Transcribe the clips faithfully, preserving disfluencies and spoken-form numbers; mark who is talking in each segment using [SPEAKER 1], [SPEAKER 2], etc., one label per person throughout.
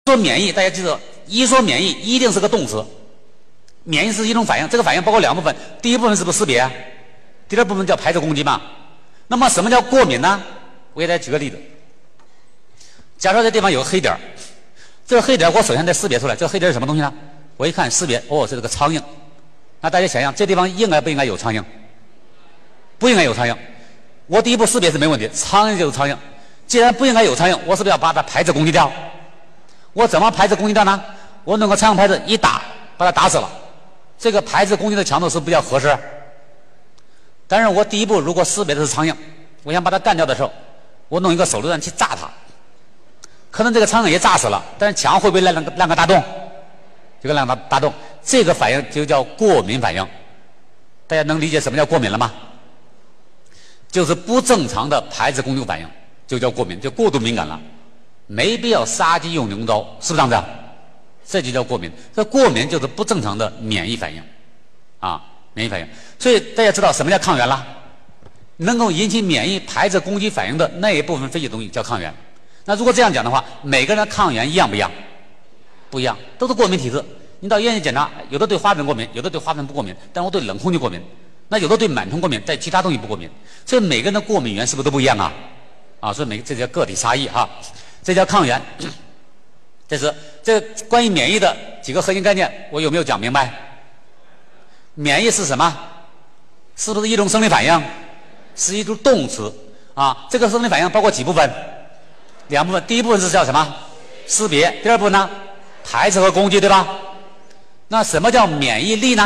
[SPEAKER 1] 说免疫，大家记住，一说免疫一定是个动词。免疫是一种反应，这个反应包括两部分，第一部分是不是识别？第二部分叫排斥攻击嘛。那么什么叫过敏呢？我给大家举个例子。假设这地方有个黑点，这个黑点我首先得识别出来，这个黑点是什么东西呢？我一看识别，哦，是这个苍蝇。那大家想想，这地方应该不应该有苍蝇？不应该有苍蝇。我第一步识别是没问题，苍蝇就是苍蝇。既然不应该有苍蝇，我是不是要把它排斥攻击掉？我怎么排斥攻击掉呢？我弄个苍蝇拍子一打，把它打死了。这个排斥攻击的强度是不是比较合适？但是我第一步如果识别的是苍蝇，我想把它干掉的时候，我弄一个手榴弹去炸它，可能这个苍蝇也炸死了，但是墙会不会烂个烂个大洞？这个烂个大洞，这个反应就叫过敏反应。大家能理解什么叫过敏了吗？就是不正常的排斥攻击反应，就叫过敏，就过度敏感了，没必要杀鸡用牛刀，是不是这样子？这就叫过敏。这过敏就是不正常的免疫反应，啊，免疫反应。所以大家知道什么叫抗原了？能够引起免疫排斥攻击反应的那一部分非己东西叫抗原。那如果这样讲的话，每个人的抗原一样不一样？不一样，都是过敏体质。你到医院去检查，有的对花粉过敏，有的对花粉不过敏，但我对冷空气过敏。那有的对螨虫过敏，但其他东西不过敏。所以每个人的过敏源是不是都不一样啊？啊，所以每个这叫个体差异哈，这叫抗原。这是这关于免疫的几个核心概念，我有没有讲明白？免疫是什么？是不是一种生理反应？是一种动词啊。这个生理反应包括几部分？两部分。第一部分是叫什么？识别。第二部分呢？排斥和攻击，对吧？那什么叫免疫力呢？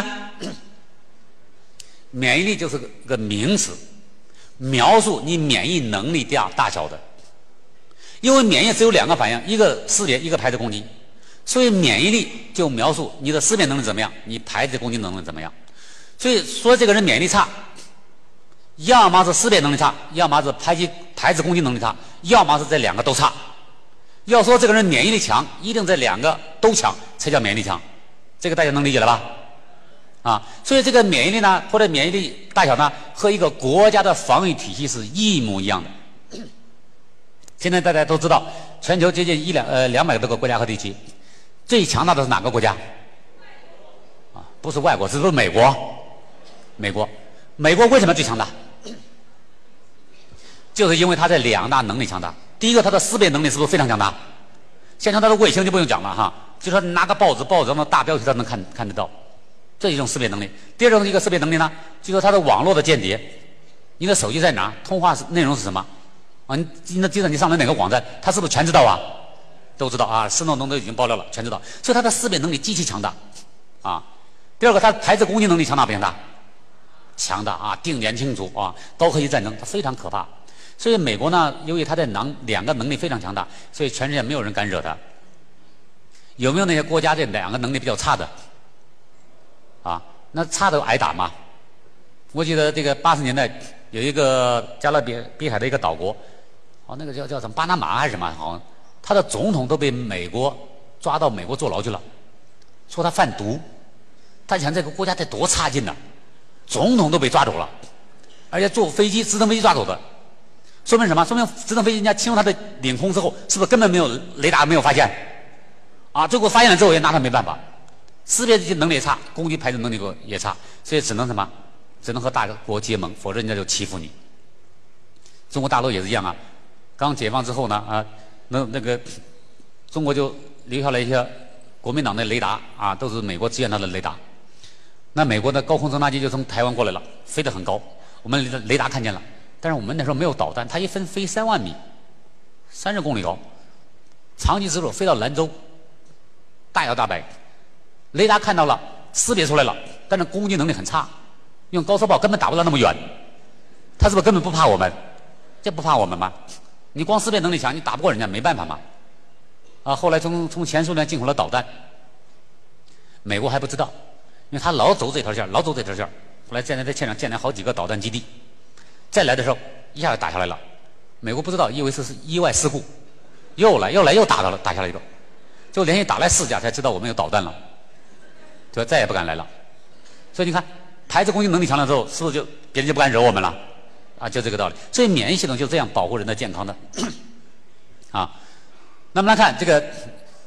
[SPEAKER 1] 免疫力就是个名词，描述你免疫能力大大小的。因为免疫只有两个反应，一个识别，一个排斥攻击，所以免疫力就描述你的识别能力怎么样，你排斥攻击能力怎么样。所以说这个人免疫力差，要么是识别能力差，要么是排斥排斥攻击能力差，要么是这两个都差。要说这个人免疫力强，一定这两个都强才叫免疫力强，这个大家能理解了吧？啊，所以这个免疫力呢，或者免疫力大小呢，和一个国家的防御体系是一模一样的。现在大家都知道，全球接近一两呃两百多个国家和地区，最强大的是哪个国家？啊，不是外国，是不是美国？美国，美国为什么最强大？就是因为它这两大能力强大。第一个，它的识别能力是不是非常强大？现在它的卫星就不用讲了哈，就说拿个报纸，报纸上的大标题它能看看得到，这一种识别能力。第二种一个识别能力呢，就说它的网络的间谍，你的手机在哪，通话内容是什么？啊，你你的计算机上的哪个网站，他是不是全知道啊？都知道啊，施诺登都已经爆料了，全知道。所以他的识别能力极其强大，啊。第二个，他排斥攻击能力强大不强大？强大啊，定点清楚啊，高科技战争，它非常可怕。所以美国呢，由于他的能两个能力非常强大，所以全世界没有人敢惹他。有没有那些国家这两个能力比较差的？啊，那差的挨打吗？我记得这个八十年代有一个加勒比比海的一个岛国。哦，那个叫叫什么巴拿马还是什么？好像他的总统都被美国抓到美国坐牢去了，说他贩毒。大家想这个国家得多差劲呢、啊？总统都被抓走了，而且坐飞机直升飞机抓走的，说明什么？说明直升飞机人家侵入他的领空之后，是不是根本没有雷达没有发现？啊，最后发现了之后也拿他没办法，识别能力也差，攻击排斥能力也差，所以只能什么？只能和大国结盟，否则人家就欺负你。中国大陆也是一样啊。刚解放之后呢，啊，那那个中国就留下了一些国民党的雷达啊，都是美国支援他的雷达。那美国的高空侦察机就从台湾过来了，飞得很高，我们雷达看见了，但是我们那时候没有导弹，它一分飞三万米，三十公里高，长期之路飞到兰州，大摇大摆，雷达看到了，识别出来了，但是攻击能力很差，用高射炮根本打不到那么远，他是不是根本不怕我们？这不怕我们吗？你光识别能力强，你打不过人家，没办法嘛。啊，后来从从前苏联进口了导弹，美国还不知道，因为他老走这条线，老走这条线。后来在那在现场建了好几个导弹基地，再来的时候一下就打下来了。美国不知道，以为是是意外事故，又来又来又打到了，打下来一个，就连续打来四架，才知道我们有导弹了，对吧？再也不敢来了。所以你看，排斥攻击能力强了之后，是不是就别人就不敢惹我们了？啊，就这个道理。所以免疫系统就这样保护人的健康的。啊，那么来看这个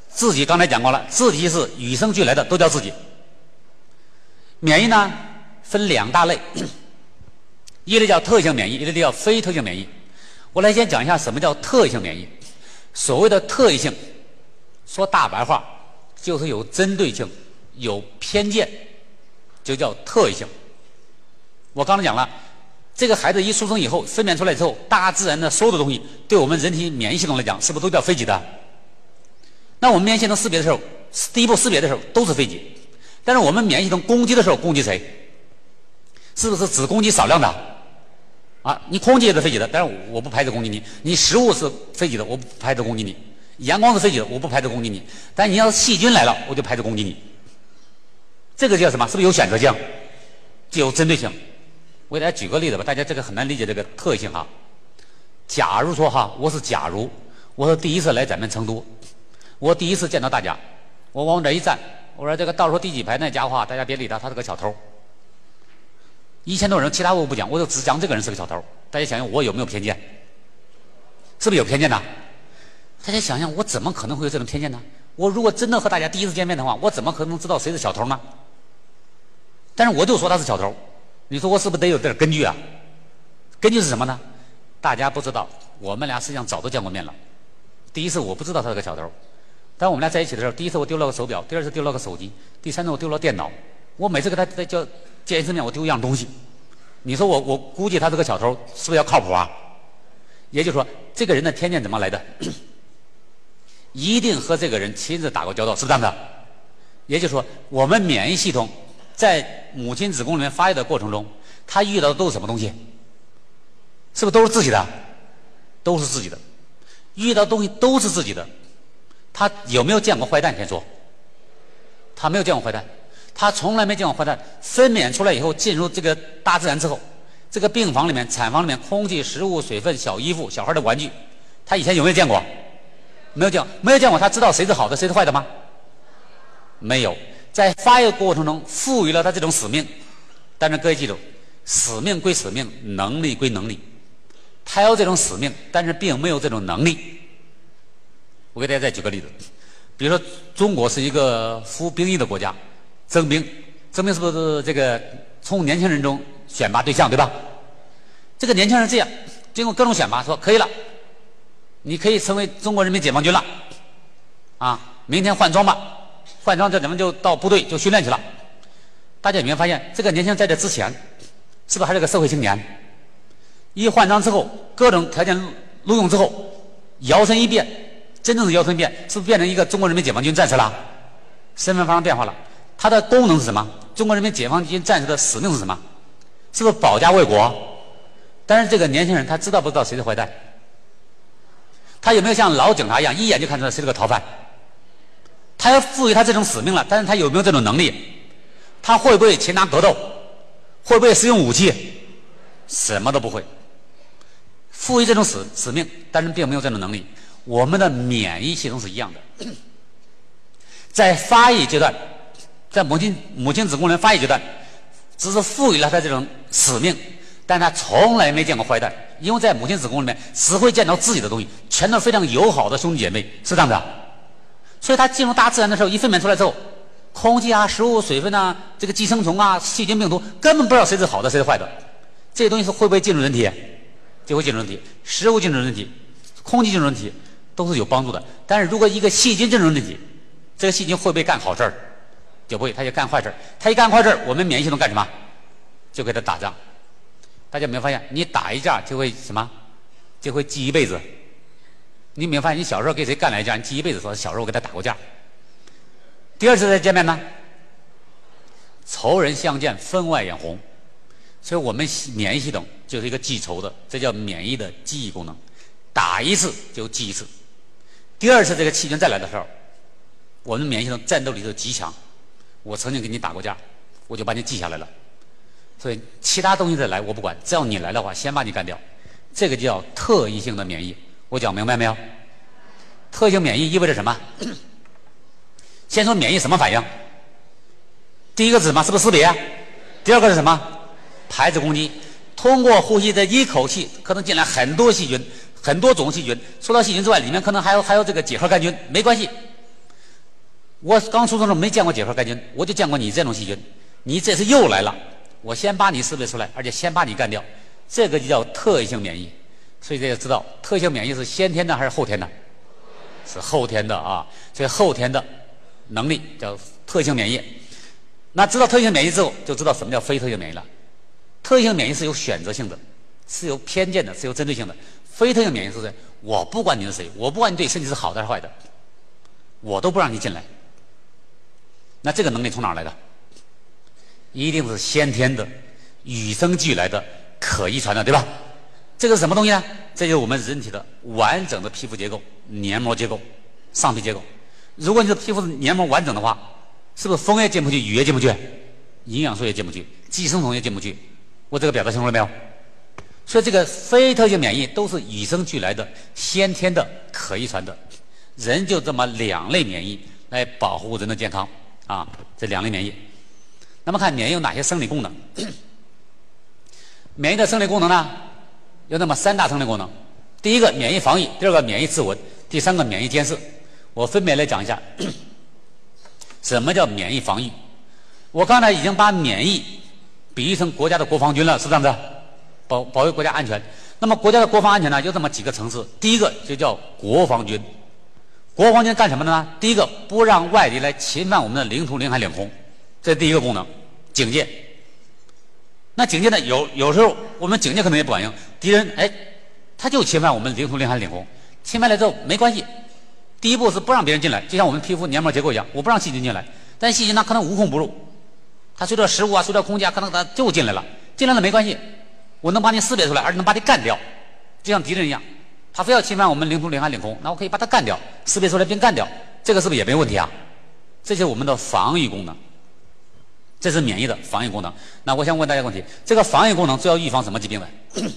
[SPEAKER 1] 自己刚才讲过了，自己是与生俱来的，都叫自己。免疫呢分两大类，一类叫特异性免疫，一类叫非特异性免疫。我来先讲一下什么叫特异性免疫。所谓的特异性，说大白话就是有针对性、有偏见，就叫特异性。我刚才讲了，这个孩子一出生以后分娩出来之后，大自然的所有的东西对我们人体免疫系统来讲，是不是都叫非己的？那我们免疫系统识别的时候，第一步识别的时候都是非己，但是我们免疫系统攻击的时候攻击谁？是不是只攻击少量的？啊，你空气也是非己的，但是我不排斥攻击你；你食物是非己的，我不排斥攻击你；阳光是非己的，我不排斥攻击你。但你要是细菌来了，我就排斥攻击你。这个叫什么？是不是有选择性？就有针对性。我给大家举个例子吧，大家这个很难理解这个特性哈。假如说哈，我是假如我是第一次来咱们成都，我第一次见到大家，我往这一站，我说这个倒数第几排那家伙，大家别理他，他是个小偷。一千多人，其他我不讲，我就只讲这个人是个小偷。大家想想，我有没有偏见？是不是有偏见呢？大家想想，我怎么可能会有这种偏见呢？我如果真的和大家第一次见面的话，我怎么可能知道谁是小偷呢？但是我就说他是小偷，你说我是不是得有点根据啊？根据是什么呢？大家不知道，我们俩实际上早都见过面了。第一次我不知道他是个小偷，当我们俩在一起的时候，第一次我丢了个手表，第二次丢了个手机，第三次我丢了电脑。我每次跟他在叫见一次面，我丢一样东西。你说我我估计他是个小偷，是不是要靠谱啊？也就是说，这个人的偏见怎么来的？一定和这个人亲自打过交道，是不是这样的？也就是说，我们免疫系统在母亲子宫里面发育的过程中，他遇到的都是什么东西？是不是都是自己的？都是自己的。遇到的东西都是自己的。他有没有见过坏蛋？先说，他没有见过坏蛋。他从来没见过坏蛋。分娩出来以后进入这个大自然之后，这个病房里面、产房里面，空气、食物、水分、小衣服、小孩的玩具，他以前有没有见过？没有见过，没有见过。他知道谁是好的，谁是坏的吗？没有。在发育过程中赋予了他这种使命，但是各位记住，使命归使命，能力归能力。他有这种使命，但是并没有这种能力。我给大家再举个例子，比如说中国是一个服兵役的国家。征兵，征兵是不是这个从年轻人中选拔对象，对吧？这个年轻人这样，经过各种选拔，说可以了，你可以成为中国人民解放军了，啊，明天换装吧，换装这咱们就到部队就训练去了。大家有没有发现，这个年轻人在这之前，是不是还是个社会青年？一换装之后，各种条件录用之后，摇身一变，真正的摇身一变，是不是变成一个中国人民解放军战士了？身份发生变化了。它的功能是什么？中国人民解放军战士的使命是什么？是不是保家卫国？但是这个年轻人他知道不知道谁是坏蛋？他有没有像老警察一样一眼就看出来谁是个逃犯？他要赋予他这种使命了，但是他有没有这种能力？他会不会擒拿格斗？会不会使用武器？什么都不会。赋予这种使使命，但是并没有这种能力。我们的免疫系统是一样的，在发育阶段。在母亲母亲子宫里面发育阶段，只是赋予了他这种使命，但他从来没见过坏蛋，因为在母亲子宫里面只会见到自己的东西，全都是非常友好的兄弟姐妹，是这样的。所以他进入大自然的时候，一分娩出来之后，空气啊、食物、水分啊、这个寄生虫啊、细菌、病毒，根本不知道谁是好的，谁是坏的。这些东西是会不会进入人体？就会进入人体，食物进入人体，空气进入人体，都是有帮助的。但是如果一个细菌进入人体，这个细菌会不会干好事儿？就不会，他就干坏事。他一干坏事，我们免疫系统干什么？就给他打仗。大家有没有发现，你打一架就会什么？就会记一辈子。你有没有发现，你小时候给谁干了一架，你记一辈子，说小时候我给他打过架。第二次再见面呢，仇人相见，分外眼红。所以我们免疫系统就是一个记仇的，这叫免疫的记忆功能。打一次就记一次。第二次这个细菌再来的时候，我们免疫系统战斗力就极强。我曾经给你打过架，我就把你记下来了。所以其他东西再来我不管，只要你来的话，先把你干掉。这个叫特异性的免疫。我讲明白没有？特异性免疫意味着什么？先说免疫什么反应？第一个是什么？是不是识别？第二个是什么？排斥攻击。通过呼吸的一口气，可能进来很多细菌，很多种细菌。除了细菌之外，里面可能还有还有这个结核杆菌，没关系。 我刚出生的时候没见过结核杆菌，我就见过你这种细菌，你这次又来了，我先把你识别出来，而且先把你干掉，这个就叫特异性免疫。所以大家知道，特异性免疫是先天的还是后天的？是后天的啊，所以后天的能力叫特异性免疫。那知道特异性免疫之后，就知道什么叫非特异性免疫了。特异性免疫是有选择性的，是有偏见的，是有针对性的。非特异性免疫是谁？我不管你是谁，我不管你对身体是好的还是坏的，我都不让你进来。那这个能力从哪儿来的？一定是先天的、与生俱来的、可遗传的，对吧？这个是什么东西呢？这就是我们人体的完整的皮肤结构、黏膜结构、上皮结构。如果你的皮肤黏膜完整的话，是不是风也进不去，雨也进不去，营养素也进不去，寄生虫也进不去？我这个表达清楚了没有？所以这个非特性免疫都是与生俱来的、先天的、可遗传的。人就这么两类免疫来保护人的健康啊，这两类免疫。那么看免疫有哪些生理功能？免疫的生理功能呢，有那么三大生理功能：第一个免疫防御，第二个免疫自稳，第三个免疫监视。我分别来讲一下。什么叫免疫防御？我刚才已经把免疫比喻成国家的国防军了，是不是这样子？保保卫国家安全。那么国家的国防安全呢，有这么几个层次。第一个就叫国防军。国防军干什么的呢？第一个，不让外敌来侵犯我们的领土、领海、领空，这是第一个功能，警戒。那警戒呢，有有时候我们警戒可能也不管用，敌人哎，他就侵犯我们领土、领海、领空，侵犯了之后没关系。第一步是不让别人进来，就像我们皮肤黏膜结构一样，我不让细菌进来，但细菌它可能无孔不入，它随着食物啊，随着空气啊，可能它就进来了，进来了没关系，我能把你识别出来，而且能把你干掉，就像敌人一样，他非要侵犯我们领土、领海、领空，那我可以把它干掉，识别出来并干掉，这个是不是也没问题啊？这就是我们的防御功能，这是免疫的防御功能。那我想问大家一个问题：这个防御功能主要预防什么疾病呢？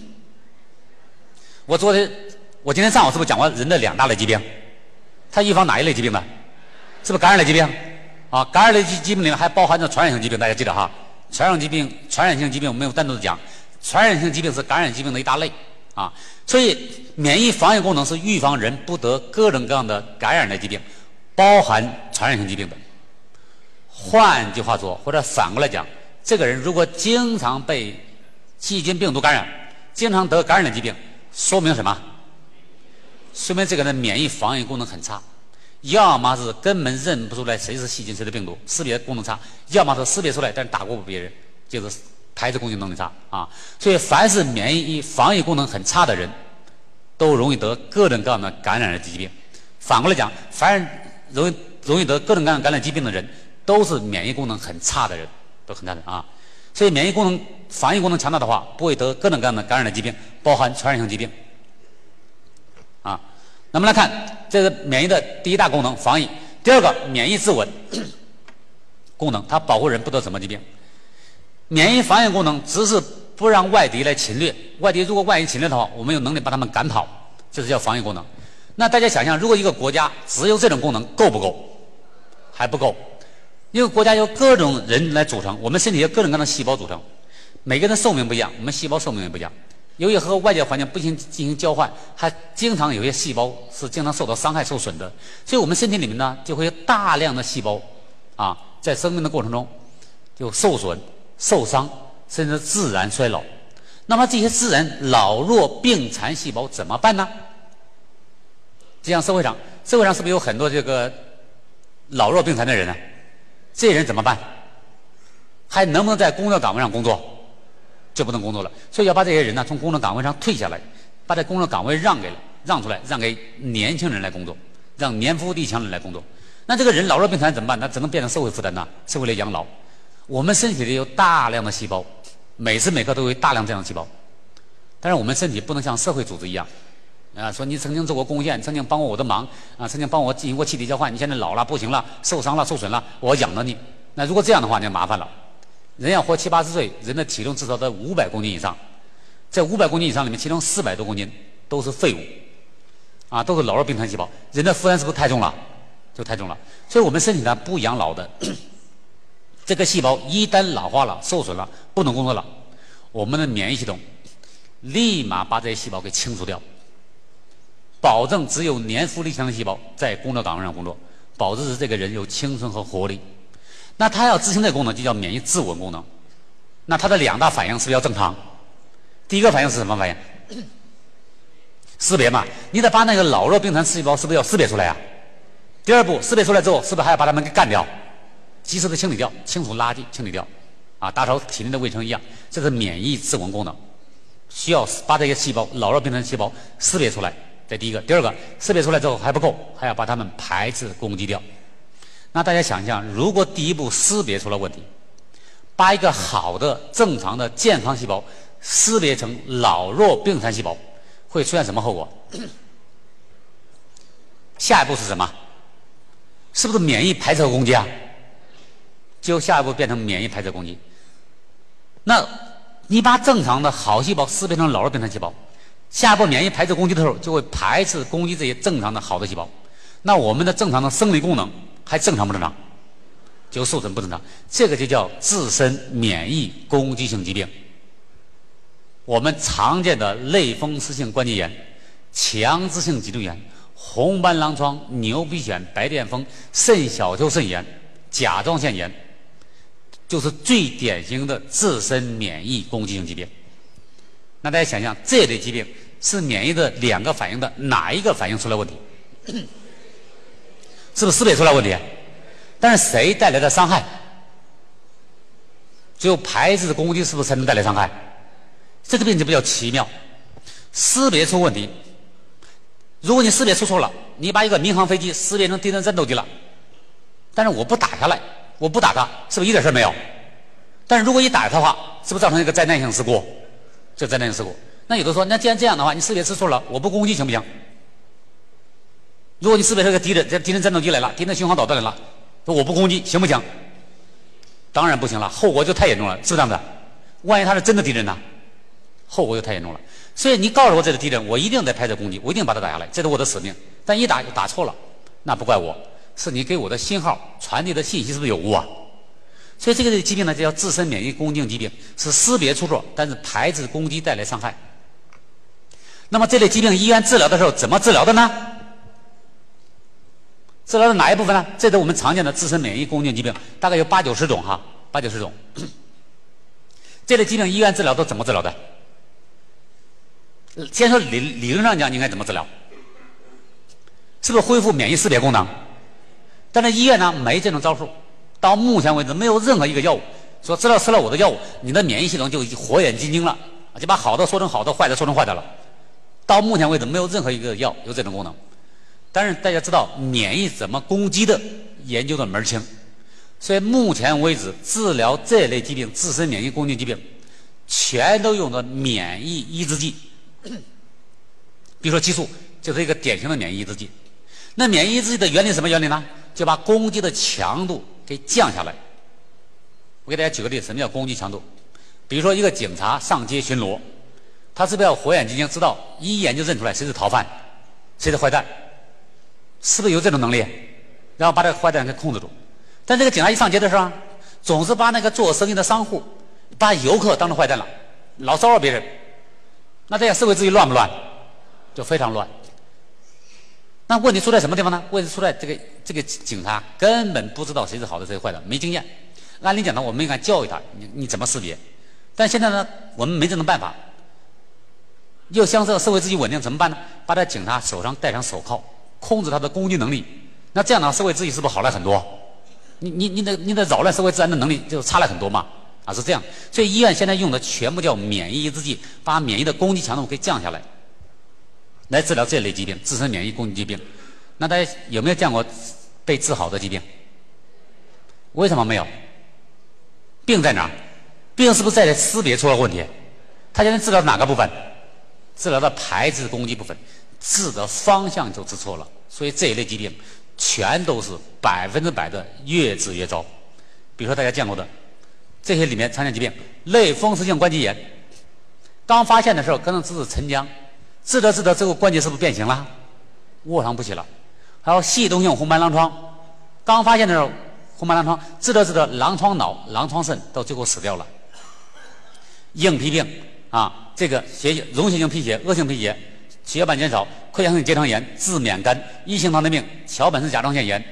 [SPEAKER 1] 我昨天，我今天上午是不是讲过人的两大类疾病？它预防哪一类疾病呢？是不是感染类疾病？啊，感染类疾疾病里面还包含着传染性疾病，大家记得哈。传染疾病、传染性疾病我没有单独的讲，传染性疾病是感染疾病的一大类啊。所以免疫防御功能是预防人不得各种各样的感染类疾病，包含传染性疾病的。换句话说，或者反过来讲，这个人如果经常被细菌、病毒感染，经常得感染类疾病，说明什么？说明这个人的免疫防御功能很差，要么是根本认不出来谁是细菌谁是病毒，识别功能差；要么是识别出来但是打不过别人，就是排斥攻击能力差啊。所以凡是免疫防御功能很差的人，都容易得各种各样的感染的疾病。反过来讲，凡是容易容易得各种各样的感染疾病的人，都是免疫功能很差的人，都很差的啊。所以免疫功能防御功能强大的话，不会得各种各样的感染的疾病，包含传染性疾病。啊，那么来看，这是免疫的第一大功能，防疫。第二个，免疫自稳功能，它保护人不得什么疾病。免疫防御功能只是不让外敌来侵略，外敌如果万一侵略的话，我们有能力把他们赶跑，这是叫防御功能。那大家想象，如果一个国家只有这种功能，够不够？还不够。一个国家由各种人来组成，我们身体由各种各样的细胞组成，每个人的寿命不一样，我们细胞寿命也不一样。由于和外界环境不行进行交换，还经常有些细胞是经常受到伤害、受损的，所以我们身体里面呢就会有大量的细胞啊，在生命的过程中就受损、受伤，甚至自然衰老。那么这些自然老弱病残细胞怎么办呢？就像社会上，社会上是不是有很多这个老弱病残的人呢？这些人怎么办？还能不能在工作岗位上工作？就不能工作了，所以要把这些人呢从工作岗位上退下来，把这工作岗位让给了让出来，让给年轻人来工作，让年富力强的人来工作。那这个人老弱病残怎么办？那只能变成社会负担呐，社会来养老。我们身体里有大量的细胞，每时每刻都有大量这样的细胞，但是我们身体不能像社会组织一样啊，说你曾经做过贡献，曾经帮过我的忙啊，曾经帮我进行过气体交换，你现在老了不行了，受伤了受损了，我养着你。那如果这样的话，那就麻烦了。人要活七八十岁，人的体重至少在五百公斤以上，在五百公斤以上里面，其中四百多公斤都是废物，啊，都是老弱病残细胞，人的负担是不是太重了？就太重了。所以我们身体呢不养老的，这个细胞一旦老化了、受损了、不能工作了，我们的免疫系统立马把这些细胞给清除掉，保证只有年富力强的细胞在工作岗位上工作， 保持这个人有青春和活力。那他要执行这个功能，就叫免疫自稳功能。那它的两大反应是不是要正常？第一个反应是什么反应？识别嘛，你得把那个老弱病残刺细胞是不是要识别出来啊？第二步，识别出来之后，是不是还要把它们给干掉，及时的清理掉，清除垃圾，清理掉，啊，打扫体内的卫生一样，这是免疫自稳功能，需要把这些细胞，老弱病残细胞识别出来。这第一个，第二个，识别出来之后还不够，还要把它们排斥攻击掉。那大家想一想，如果第一步识别出了问题，把一个好的、正常的、健康细胞识别成老弱病残细胞，会出现什么后果？下一步是什么？是不是免疫排斥攻击啊？就下一步变成免疫排斥攻击。那你把正常的好细胞识别成老弱病残细胞，下一步免疫排斥攻击的时候，就会排斥攻击这些正常的好的细胞。那我们的正常的生理功能还正常不正常？就受损不正常，这个就叫自身免疫攻击性疾病。我们常见的类风湿性关节炎、强直性脊柱炎、红斑狼疮、牛皮癣、白癜风、肾小球肾炎、甲状腺炎，就是最典型的自身免疫攻击性疾病。那大家想想，这类疾病是免疫的两个反应的哪一个反应出了问题？是不是识别出来问题？但是谁带来的伤害？只有排斥攻击是不是才能带来伤害？这个病就比较奇妙，识别出问题。如果你识别出错了，你把一个民航飞机识别成敌人战斗机了，但是我不打下来，我不打它，是不是一点事没有？但是如果一打它的话，是不是造成一个灾难性事故？这灾难性事故。那有的说，那既然这样的话，你识别出错了，我不攻击行不行？如果你识别出个敌人，这敌人战斗机来了，敌人巡航导弹来了，说我不攻击行不行？当然不行了，后果就太严重了，是不是这样的？万一他是真的敌人呢？后果就太严重了。所以你告诉我这是敌人，我一定得排斥攻击，我一定把他打下来，这是我的使命。但一打打错了，那不怪我，是你给我的信号传递的信息是不是有误啊？所以这个疾病呢，就叫自身免疫攻击性疾病，是识别出错，但是排斥攻击带来伤害。那么这类疾病医院治疗的时候怎么治疗的呢？治疗的哪一部分呢？这是我们常见的自身免疫攻击性疾病，大概有八九十种哈，八九十种。这类疾病医院治疗都怎么治疗的？先说理理论上讲应该怎么治疗？是不是恢复免疫识别功能？但是医院呢没这种招数，到目前为止没有任何一个药物说治疗吃了我的药物，你的免疫系统就火眼金睛了，就把好的说成好的，坏的说成坏的了。到目前为止没有任何一个药有这种功能。但是大家知道免疫怎么攻击的研究的门儿清，所以目前为止治疗这类疾病自身免疫攻击疾病全都用的免疫抑制剂，比如说激素就是一个典型的免疫抑制剂。那免疫抑制剂的原理是什么原理呢？就把攻击的强度给降下来。我给大家举个例子，什么叫攻击强度？比如说一个警察上街巡逻，他是不是要火眼金睛知道一眼就认出来谁是逃犯谁是坏蛋？是不是有这种能力，然后把这个坏蛋给控制住？但这个警察一上街的时候，总是把那个做生意的商户、把游客当成坏蛋了，老骚扰别人，那这样社会秩序乱不乱？就非常乱。那问题出在什么地方呢？问题出在这个这个警察根本不知道谁是好的谁是坏的，没经验。按理讲呢，我们应该教育他，你你怎么识别？但现在呢，我们没这种办法。又想这个社会秩序稳定怎么办呢？把这警察手上戴上手铐，控制他的攻击能力。那这样呢，社会秩序是不是好了很多？你你你的你的扰乱社会治安的能力就差了很多嘛？啊，是这样。所以医院现在用的全部叫免疫抑制剂，把免疫的攻击强度给降下来，来治疗这类疾病，自身免疫攻击疾病。那大家有没有见过被治好的疾病？为什么没有？病在哪儿？病是不是在识别出了问题？他现在治疗哪个部分？治疗的排斥攻击部分，治的方向就治错了。所以这一类疾病全都是百分之百的越治越糟。比如说大家见过的这些里面常见疾病，类风湿性关节炎，刚发现的时候可能只是沉僵，治着治着这个关节是不是变形了，卧床不起了？还有系统性红斑狼疮，刚发现的时候红斑狼疮，治着治着狼疮脑、狼疮肾，到最后死掉了。硬皮病啊，这个血溶血性贫血、恶性贫血、血小板减少、溃疡性结肠炎、自免肝、一型糖尿病、桥本氏甲状腺炎啊，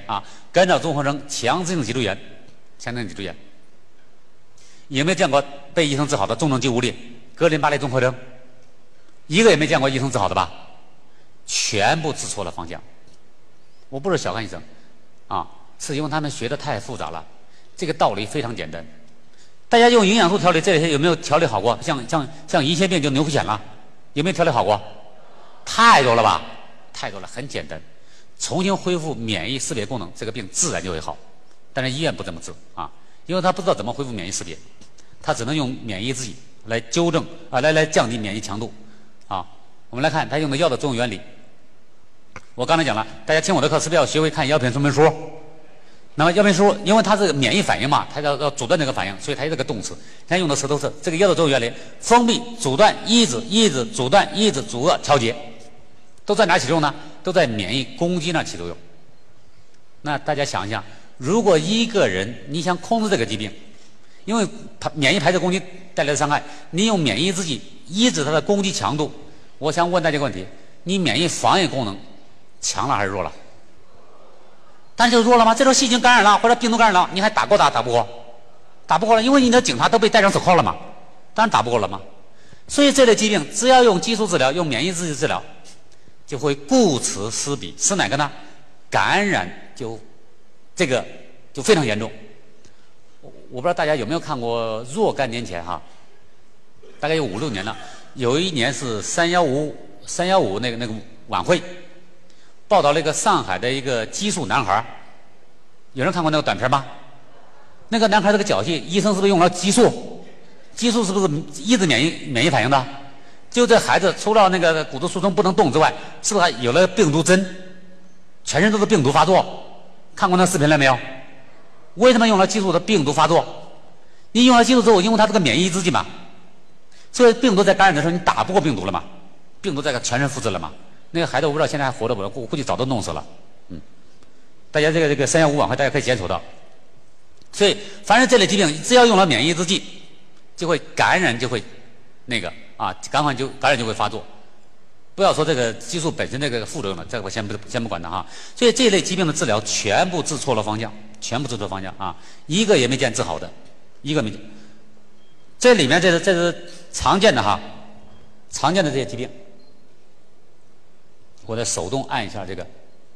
[SPEAKER 1] 干扰综合征强直性脊柱炎，强直性脊柱炎。有没有见过被医生治好的重症肌无力、格林巴利综合征？一个也没见过医生治好的吧？全部治错了方向。我不是小看医生，啊，是因为他们学的太复杂了。这个道理非常简单。大家用营养素调理这些有没有调理好过？像像像胰腺病就牛皮癣了，有没有调理好过？太多了吧？太多了，很简单。重新恢复免疫识别功能，这个病自然就会好。但是医院不这么治啊，因为他不知道怎么恢复免疫识别，他只能用免疫制剂来纠正啊，来来降低免疫强度啊。我们来看他用的药的作用原理。我刚才讲了，大家听我的课是不是要学会看药品说明书？那么药品书，因为它是免疫反应嘛，它要要阻断这个反应，所以它有这个动词。它用的词都是这个药的作用原理：封闭、阻断、抑制、抑制、阻断、抑制、阻遏、调节，都在哪起作用呢？都在免疫攻击那起作用。那大家想一想，如果一个人你想控制这个疾病，因为免疫排斥攻击带来的伤害，你用免疫制剂抑制它的攻击强度，我想问大家一个问题：你免疫防御功能强了还是弱了？但就弱了吗？这时候细菌感染了或者病毒感染了，你还打过打打不过？打不过了，因为你的警察都被戴上手铐了嘛，当然打不过了嘛。所以这类疾病只要用激素治疗，用免疫制剂治疗，就会顾此失彼，是哪个呢？感染就这个就非常严重。我我不知道大家有没有看过若干年前哈，大概有五六年了，有一年是三幺五三幺五那个那个晚会。报道了一个上海的一个激素男孩，有人看过那个短片吗？那个男孩这个脚气，医生是不是用了激素？激素是不是抑制免疫免疫反应的？就这孩子除了那个骨质疏松不能动之外，是不是还有了病毒针？全身都是病毒发作。看过那视频了没有？为什么用了激素的病毒发作？你用了激素之后，因为它这个免疫制剂嘛，所以病毒在感染的时候你打不过病毒了嘛，病毒在全身复制了嘛。那个孩子我不知道现在还活着不？我估计早都弄死了。嗯，大家这个这个三幺五晚会大家可以检索到。所以凡是这类疾病，只要用了免疫制剂，就会感染就会那个啊，感染就感染就会发作。不要说这个激素本身这个副作用了，这个我先不先不管它哈。所以这类疾病的治疗全部治错了方向，全部治错方向啊，一个也没见治好的，一个没见。这里面这是这是常见的哈，常见的这些疾病。我再手动按一下这个，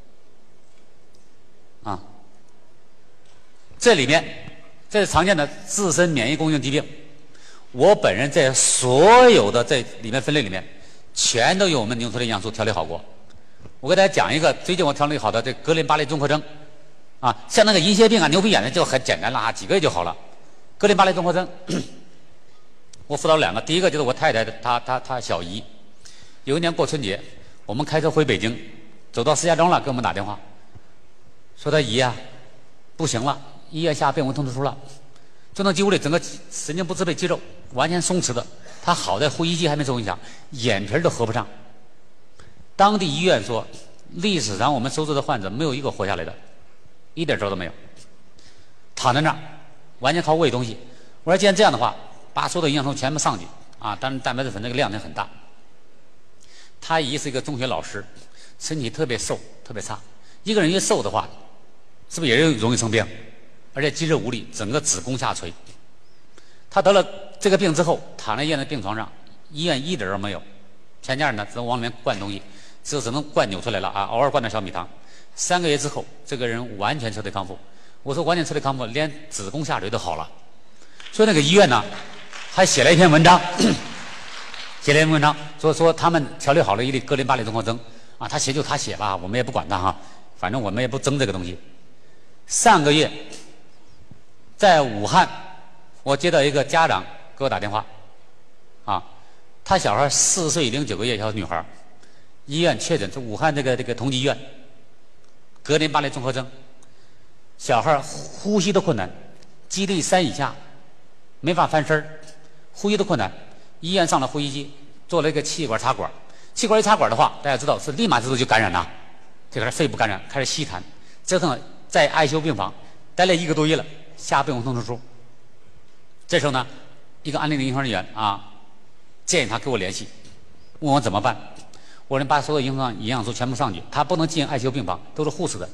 [SPEAKER 1] 啊，这里面这是常见的自身免疫功能疾病。我本人在所有的这里面分类里面，全都有我们牛头的营养素调理好过。我给大家讲一个最近我调理好的这格林巴利综合征，啊，像那个银屑病啊、牛皮癣的就很简单了啊，几个月就好了。格林巴利综合征，我辅导两个，第一个就是我太太的她她她小姨，有一年过春节。我们开车回北京，走到石家庄了，给我们打电话，说他姨啊，不行了，医院下病危通知书了，重症肌无力，整个神经不支配肌肉完全松弛的，他好在呼吸机还没受影响，眼皮都合不上。当地医院说，历史上我们收治的患者没有一个活下来的，一点招都没有，躺在那儿，完全靠喂东西。我说既然这样的话，把所有的营养素全部上去啊，当然蛋白质粉这个量也很大。他姨是一个中学老师，身体特别瘦，特别差。一个人越瘦的话，是不是也容易生病？而且肌肉无力，整个子宫下垂。他得了这个病之后，躺在医院的病床上，医院一点都没有，全家人呢只能往里面灌东西，只只能灌扭出来了啊，偶尔灌点小米汤。三个月之后，这个人完全彻底康复。我说完全彻底康复，连子宫下垂都好了。所以那个医院呢，还写了一篇文章。写了一篇文章说说他们调理好了一例格林巴利综合征啊，他写就他写吧，我们也不管他哈，反正我们也不争这个东西。上个月在武汉，我接到一个家长给我打电话，啊，他小孩四岁零九个月小女孩，医院确诊是武汉这个这个同济医院格林巴利综合征，小孩呼吸的困难，肌力三以下，没法翻身，呼吸的困难。医院上了呼吸机，做了一个气管插管。气管一插管的话，大家知道是立马之后就感染了，这个是肺部感染，开始吸痰，折腾在 I C U 病房待了一个多月了，下病危通知书。这时候呢，一个安利的医生人员啊，建议他给我联系，问我怎么办。我说你把所有营养营养素全部上去，他不能进 I C U 病房，都是护士的。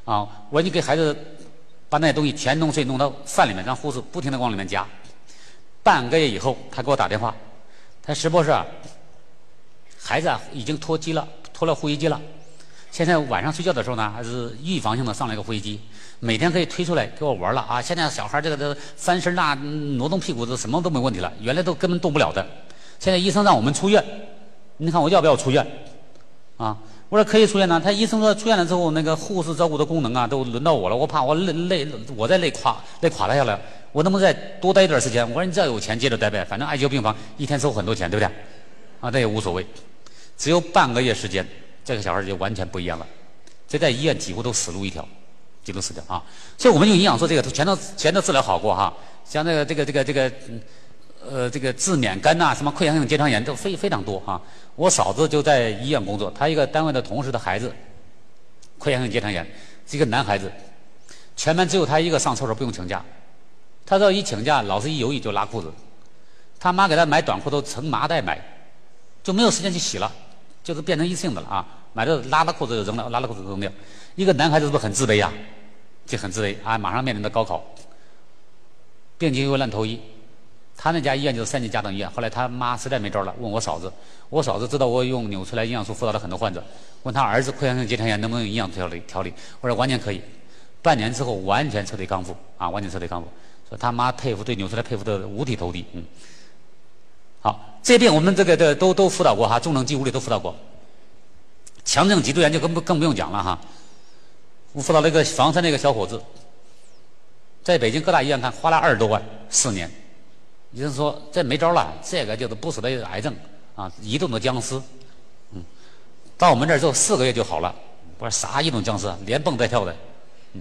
[SPEAKER 1] 啊，我已经给孩子把那些东西全弄碎，弄到饭里面，让护士不停的往里面加。半个月以后，他给我打电话，他说石博士啊，孩子啊已经脱机了，脱了呼吸机了。现在晚上睡觉的时候呢，还是预防性的上了一个呼吸机，每天可以推出来给我玩了啊。现在小孩这个这翻身呐、挪动屁股这什么都没问题了，原来都根本动不了的。现在医生让我们出院，你看我要不要出院？啊，我说可以出院呢。他医生说出院了之后，那个护士照顾的功能啊，都轮到我了。我怕我累累，我再累垮累垮了下来，我能不能再多待一段时间？我说你只要有钱接着待呗，反正 I C U 病房一天收很多钱，对不对？啊，这也无所谓。只有半个月时间，这个小孩就完全不一样了。这在医院几乎都死路一条，几乎死掉啊。所以我们用营养素这个全都全都治疗好过哈，像这个这个这个这个。呃，这个治免肝呐、啊，什么溃疡性结肠炎都非非常多哈、啊。我嫂子就在医院工作，她一个单位的同事的孩子，溃疡性结肠炎，是一个男孩子，全班只有他一个上厕所不用请假，他只要一请假，老师一犹豫就拉裤子，他妈给他买短裤都成麻袋买，就没有时间去洗了，就是变成一次性的了啊，买了拉了裤子就扔了，拉了裤子就扔掉。一个男孩子是不是很自卑呀、啊？就很自卑啊，马上面临着高考，病情又烂透医。他那家医院就是三级甲等医院，后来他妈实在没招了，问我嫂子，我嫂子知道我用纽崔莱营养素辅导了很多患者，问他儿子溃疡性结肠炎能不能用营养调理调理，我说完全可以，半年之后完全彻底康复啊，完全彻底康复，所以他妈佩服，对纽崔莱佩服的五体投地，嗯。好，这些病我们这个的都都辅导过哈，重症肌无力都辅导过，强症脊柱炎就更不更不用讲了哈，我辅导了一个房山的一个小伙子，在北京各大医院看花了二十多万，四年。医生说这没招了，这个就是不死的癌症啊，移动的僵尸。嗯，到我们这儿之后四个月就好了。我说啥移动僵尸啊，连蹦带跳的。嗯，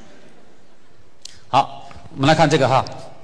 [SPEAKER 1] 好，我们来看这个哈，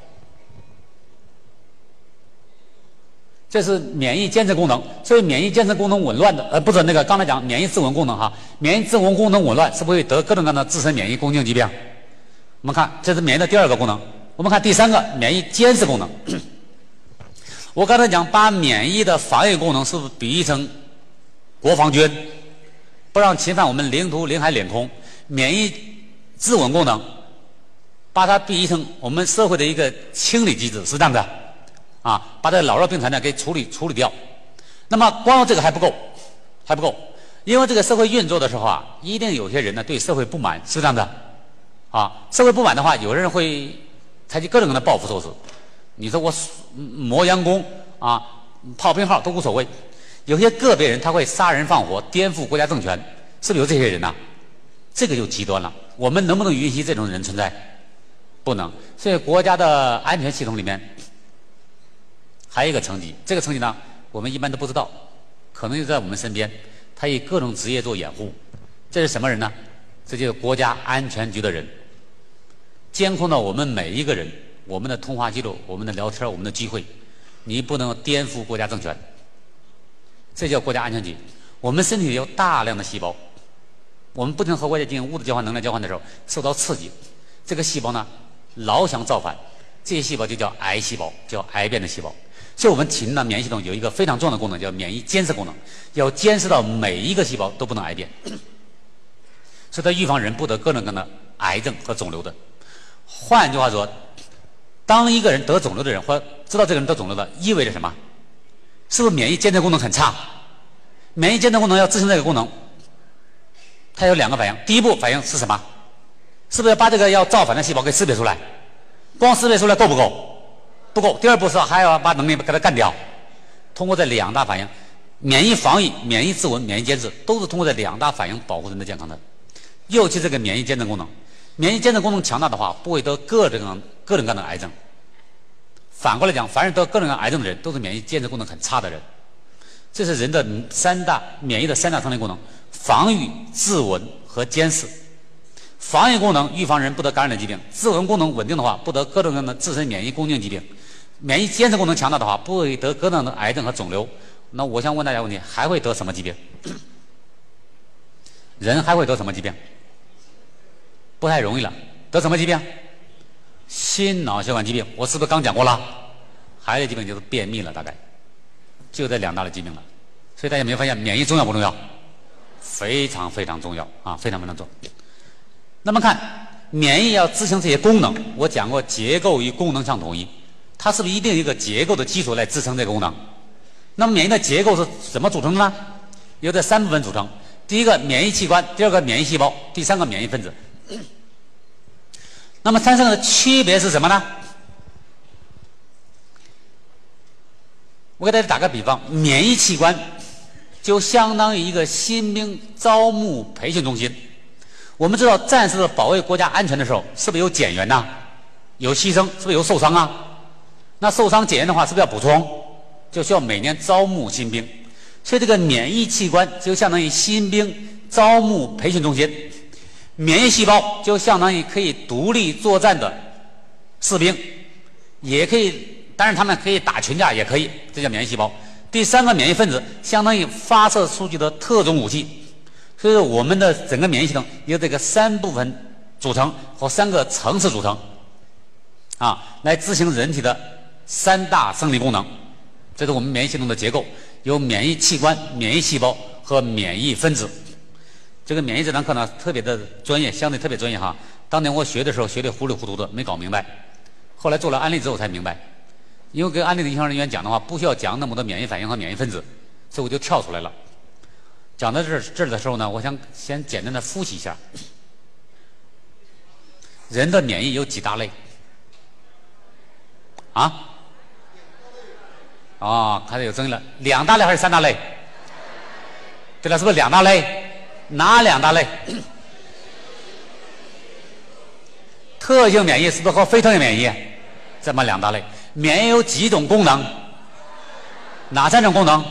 [SPEAKER 1] 这是免疫监测功能。所以免疫监测功能紊乱的，呃，不是那个刚才讲免疫自稳功能哈，免疫自稳功能紊乱是不是会得各种各样的自身免疫共性疾病？我们看这是免疫的第二个功能。我们看第三个免疫监视功能。我刚才讲把免疫的防御功能是不是比喻成国防军，不让侵犯我们领土、领海、领空？免疫自稳功能把它比喻成我们社会的一个清理机制，是这样的啊，把这老弱病残呢给处理处理掉。那么光有这个还不够，还不够，因为这个社会运作的时候啊，一定有些人呢对社会不满，是这样的啊。社会不满的话，有人会采取各种各样的报复措施，你说我磨洋工啊、炮兵号都无所谓。有些个别人他会杀人放火、颠覆国家政权，是不是有这些人呐、啊？这个就极端了。我们能不能允许这种人存在？不能。所以国家的安全系统里面还有一个层级，这个层级呢，我们一般都不知道，可能就在我们身边，他以各种职业做掩护。这是什么人呢？这就是国家安全局的人。监控到我们每一个人，我们的通话记录、我们的聊天、我们的聚会，你不能颠覆国家政权，这叫国家安全局。我们身体里有大量的细胞，我们不停和外界进行物质交换、能量交换的时候，受到刺激，这个细胞呢老想造反，这些细胞就叫癌细胞，叫癌变的细胞。所以我们体内的免疫系统有一个非常重要的功能，叫免疫监视功能，要监视到每一个细胞都不能癌变，所以它预防人不得各种各样的癌症和肿瘤的。换句话说，当一个人得肿瘤的人，或知道这个人得肿瘤的，意味着什么？是不是免疫监测功能很差？免疫监测功能要支撑这个功能，它有两个反应。第一步反应是什么？是不是要把这个要造反的细胞给识别出来？光识别出来够不够？不够。第二步是还要把能力给它干掉。通过这两大反应，免疫防御、免疫自稳、免疫监视，都是通过这两大反应保护人的健康的。尤其这个免疫监测功能。免疫监测功能强大的话，不会得各种各种各样的癌症。反过来讲，凡是得各种各样癌症的人，都是免疫监测功能很差的人。这是人的三大免疫的三大生理功能：防御、自稳和监视。防御功能预防人不得感染的疾病，自稳功能稳定的话，不得各种各样的自身免疫共性疾病。免疫监测功能强大的话，不会得各种各样的癌症和肿瘤。那我想问大家问题，还会得什么疾病？人还会得什么疾病？不太容易了，得什么疾病？心脑血管疾病，我是不是刚讲过了？还有一个疾病就是便秘了，大概就这两大的疾病了。所以大家有没有发现，免疫重要不重要？非常非常重要啊，非常非常重要。 那么看免疫要执行这些功能，我讲过结构与功能相统一，它是不是一定有一个结构的基础来支撑这个功能？那么免疫的结构是怎么组成的呢？由这三部分组成：第一个免疫器官，第二个免疫细胞，第三个免疫分子。那么三者的区别是什么呢？我给大家打个比方，免疫器官就相当于一个新兵招募培训中心。我们知道战士保卫国家安全的时候，是不是有减员呐？有牺牲，是不是有受伤啊？那受伤减员的话，是不是要补充？就需要每年招募新兵。所以这个免疫器官就相当于新兵招募培训中心，免疫细胞就相当于可以独立作战的士兵，也可以，当然他们可以打群架，也可以，这叫免疫细胞。第三个免疫分子相当于发射出去的特种武器。所以说我们的整个免疫系统由这个三部分组成和三个层次组成，啊，来执行人体的三大生理功能。这是我们免疫系统的结构，有免疫器官、免疫细胞和免疫分子。这个免疫这堂课呢特别的专业，相对特别专业哈。当年我学的时候学的糊里糊涂的，没搞明白，后来做了案例之后才明白。因为跟案例的临床人员讲的话，不需要讲那么多免疫反应和免疫分子，所以我就跳出来了。讲到这儿这儿的时候呢，我想先简单的复习一下。人的免疫有几大类？啊？哦，看来有争议了，两大类还是三大类？对了，是不是两大类？哪两大类？特性免疫是不是和非特性免疫？这么两大类。免疫有几种功能？哪三种功能？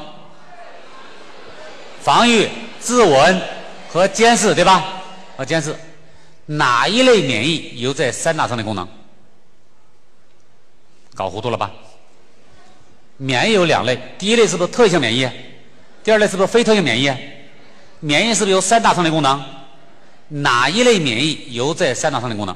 [SPEAKER 1] 防御、自稳和监视，对吧？和监视。哪一类免疫有这三大生理功能？搞糊涂了吧？免疫有两类，第一类是不是特异性免疫？第二类是不是非特性免疫？免疫是不是有三大生理功能？哪一类免疫有这三大生理功能？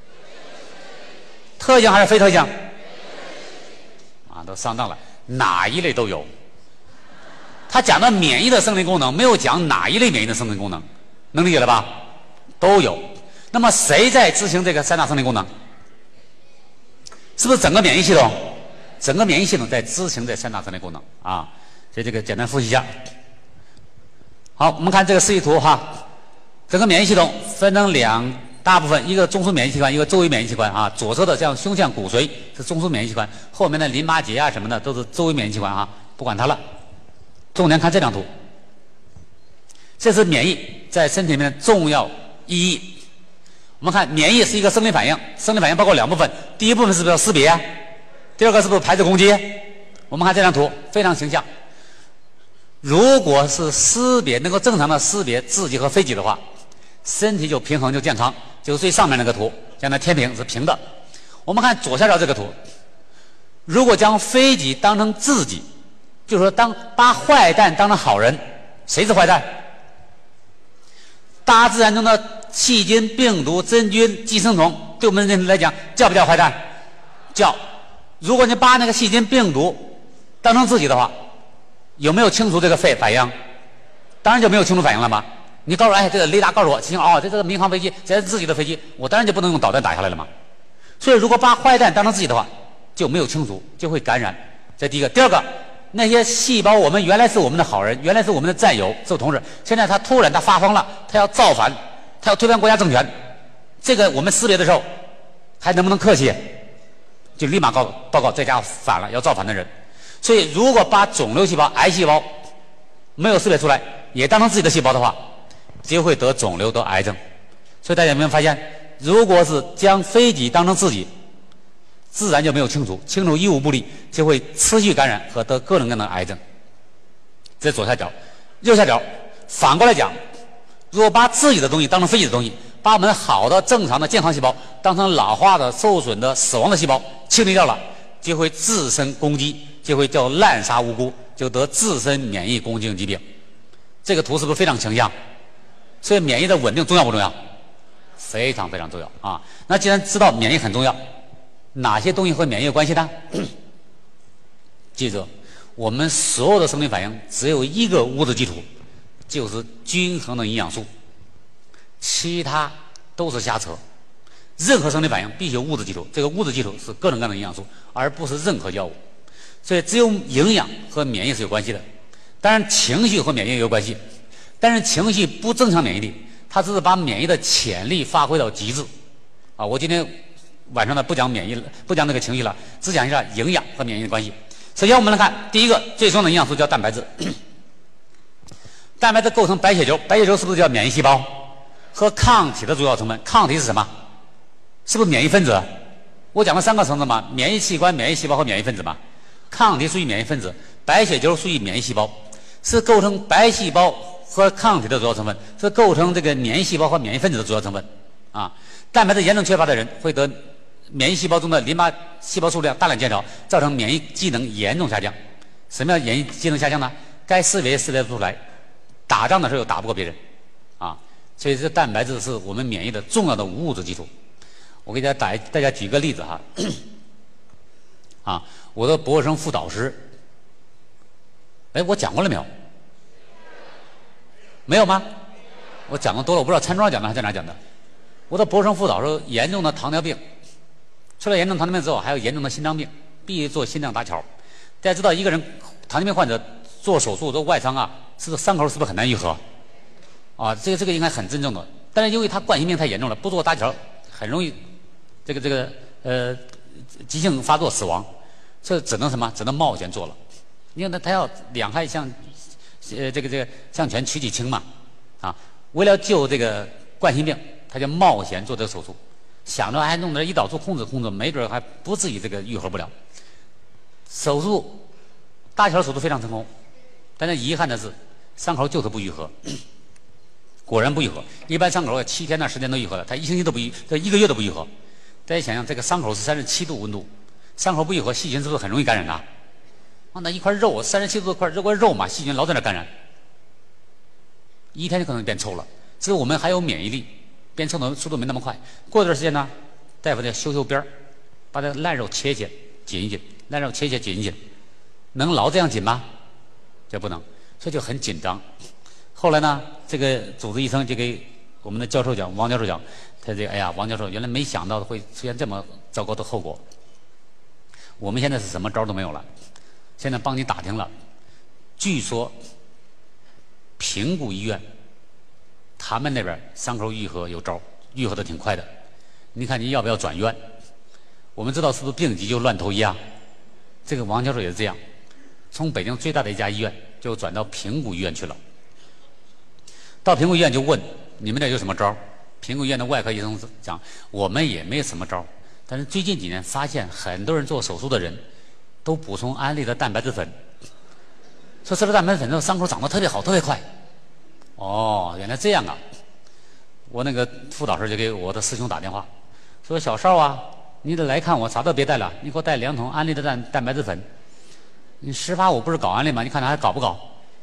[SPEAKER 1] 特性还是非特性？啊，都上当了，哪一类都有。他讲的免疫的生理功能，没有讲哪一类免疫的生理功能，能理解了吧？都有。那么谁在执行这个三大生理功能？是不是整个免疫系统？整个免疫系统在执行这三大生理功能啊。所以这个简单复习一下。好，我们看这个示意图哈。整个免疫系统分成两大部分，一个中枢免疫器官，一个周围免疫器官啊。左侧的像胸腺骨髓是中枢免疫器官，后面的淋巴结啊什么的都是周围免疫器官啊，不管它了。重点看这张图，这是免疫在身体里面的重要意义。我们看免疫是一个生理反应，生理反应包括两部分，第一部分是不是要识别，第二个是不是排斥攻击？我们看这张图非常形象。如果是识别能够正常的识别自己和非己的话，身体就平衡就健康，就是最上面那个图，像那天平是平的。我们看左下角这个图，如果将非己当成自己，就是说当把坏蛋当成好人，谁是坏蛋？大自然中的细菌、病毒、真菌、寄生虫，对我们人体来讲叫不叫坏蛋？叫。如果你把那个细菌、病毒当成自己的话，有没有清除这个反应？当然就没有清除反应了嘛。你告诉我，哎，这个雷达告诉我，行哦，这是民航飞机，这是自己的飞机，我当然就不能用导弹打下来了嘛。所以，如果把坏蛋当成自己的话，就没有清除，就会感染。这第一个。第二个，那些细胞，我们原来是我们的好人，原来是我们的战友，是同志，现在他突然他发疯了，他要造反，他要推翻国家政权，这个我们识别的时候还能不能客气？就立马告报告这家伙反了，要造反的人。所以，如果把肿瘤细胞、癌细胞没有识别出来，也当成自己的细胞的话，就会得肿瘤、得癌症。所以大家有没有发现，如果是将非己当成自己，自然就没有清除，清除一无不利，就会持续感染和得各种各样的癌症。这是左下角，右下角反过来讲，如果把自己的东西当成非己的东西，把我们好的、正常的、健康细胞当成老化的、受损的、死亡的细胞清理掉了，就会自身攻击，就会叫滥杀无辜，就得自身免疫攻击性疾病。这个图是不是非常形象？所以免疫的稳定重要不重要？非常非常重要啊！那既然知道免疫很重要，哪些东西和免疫有关系呢？记住，我们所有的生理反应只有一个物质基础，就是均衡的营养素，其他都是瞎扯。任何生理反应必须有物质基础，这个物质基础是各种各样的营养素，而不是任何药物。所以只有营养和免疫是有关系的。当然情绪和免疫也有关系，但是情绪不增强免疫力，它只是把免疫的潜力发挥到极致。啊，我今天晚上呢不讲免疫了，不讲那个情绪了，只讲一下营养和免疫的关系。首先我们来看第一个最重要的营养素叫蛋白质。蛋白质构成白血球，白血球是不是叫免疫细胞？和抗体的主要成分，抗体是什么？是不是免疫分子？我讲了三个层次嘛，免疫器官、免疫细胞和免疫分子嘛。抗体属于免疫分子，白血球属于免疫细胞，是构成白细胞和抗体的主要成分，是构成这个免疫细胞和免疫分子的主要成分。啊，蛋白质严重缺乏的人会得免疫细胞中的淋巴细胞数量大量减少，造成免疫机能严重下降。什么样免疫机能下降呢？该识别识别不出来，打仗的时候又打不过别人。啊，所以这蛋白质是我们免疫的重要的物质基础。我给大家打大家举个例子哈，啊，我的博士生副导师，哎，我讲过了没有？没有吗？我讲的多了，我不知道餐桌上讲的还是在哪讲的。我的博士生副导师严重的糖尿病，除了严重糖尿病之后，还有严重的心脏病，必须做心脏搭桥。大家知道，一个人糖尿病患者做手术做外伤啊，是不是伤口是不是很难愈合？啊，这个这个应该很慎重的。但是因为他冠心病太严重了，不做搭桥很容易。这个这个呃急性发作死亡，这只能什么？只能冒险做了。你看他他要两害相呃这个这个相权取其轻嘛，啊，为了救这个冠心病，他就冒险做这个手术，想着还弄点胰岛素控制控制，没准还不至于这个愈合不了。手术搭桥手术非常成功，但是遗憾的是伤口就是不愈合。果然不愈合，一般伤口要七天到十天都愈合了，他一星期都不愈，这一个月都不愈合。大家想想，这个伤口是三十七度温度，伤口不愈合，细菌是不是很容易感染的？啊，那一块肉，三十七度一块这块肉嘛，细菌老在那感染，一天就可能变臭了。只有我们还有免疫力，变臭的速度没那么快。过一段时间呢，大夫得修修边儿，把这烂肉切切，紧一紧，烂肉切切紧一紧，能老这样紧吗？这不能，所以就很紧张。后来呢，这个主治医生就给我们的教授讲，王教授讲。他这个哎呀，王教授原来没想到会出现这么糟糕的后果。我们现在是什么招都没有了，现在帮你打听了，据说平谷医院他们那边伤口愈合有招，愈合的挺快的。你看你要不要转院？我们知道是不是病急就乱投医啊？这个王教授也是这样，从北京最大的一家医院就转到平谷医院去了。到平谷医院就问你们这有什么招？平谷医院的外科医生讲，我们也没什么招，但是最近几年发现很多人做手术的人都补充安利的蛋白质粉，说吃了蛋白质粉之后伤口长得特别好，特别快。哦，原来这样啊！我那个副导师就给我的师兄打电话，说小邵啊，你得来看我，啥都别带了，你给我带两桶安利的蛋蛋白质粉。你十八五不是搞安利吗？你看他还搞不搞？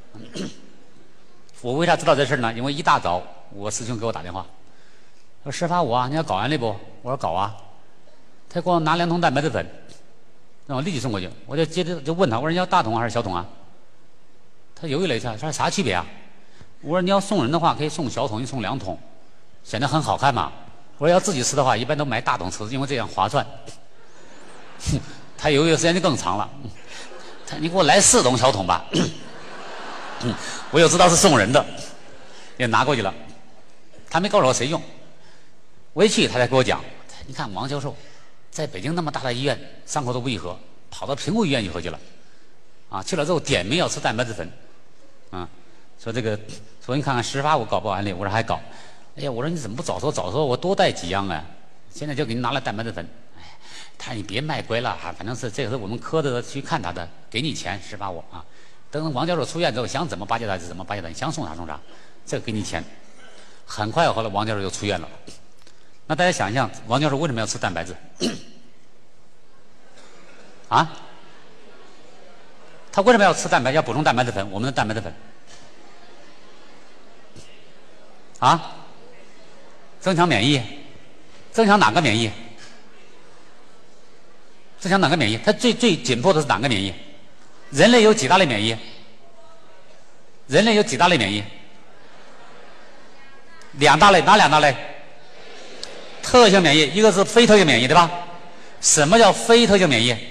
[SPEAKER 1] 我为啥知道这事呢？因为一大早我师兄给我打电话。说十八五啊，你要搞安利不？我说搞啊。他给我拿两桶蛋白质粉，让我立即送过去。我就接着就问他，我说你要大桶还是小桶啊？他犹豫了一下，说啥区别啊？我说你要送人的话，可以送小桶，你送两桶，显得很好看嘛。我说要自己吃的话，一般都买大桶吃，因为这样划算。他犹豫的时间就更长了。他你给我来四桶小桶吧。我又知道是送人的，也拿过去了。他没告诉我谁用。我一去，他才给我讲，你看王教授在北京那么大的医院，伤口都不愈合，跑到平谷医院愈合去了，啊，去了之后点名要吃蛋白质粉，啊，说这个，说你看看十八我搞不搞安利？我说还搞，哎呀，我说你怎么不早说早说，我多带几样啊，现在就给你拿了蛋白质粉，哎，他说你别卖乖了啊，反正是这个是我们科的去看他的，给你钱十八我啊，等王教授出院之后想怎么巴结他就怎么巴结他，你想送啥送啥，这个给你钱，很快后来王教授就出院了。那大家想一想，王教授为什么要吃蛋白质？啊？他为什么要吃蛋白？要补充蛋白质粉？我们的蛋白质粉啊？增强免疫？增强哪个免疫？增强哪个免疫？它最最紧迫的是哪个免疫？人类有几大类免疫？人类有几大类免疫？两大类，哪两大类？ 特性免疫，一个是非特性免疫，对吧？什么叫非特性免疫？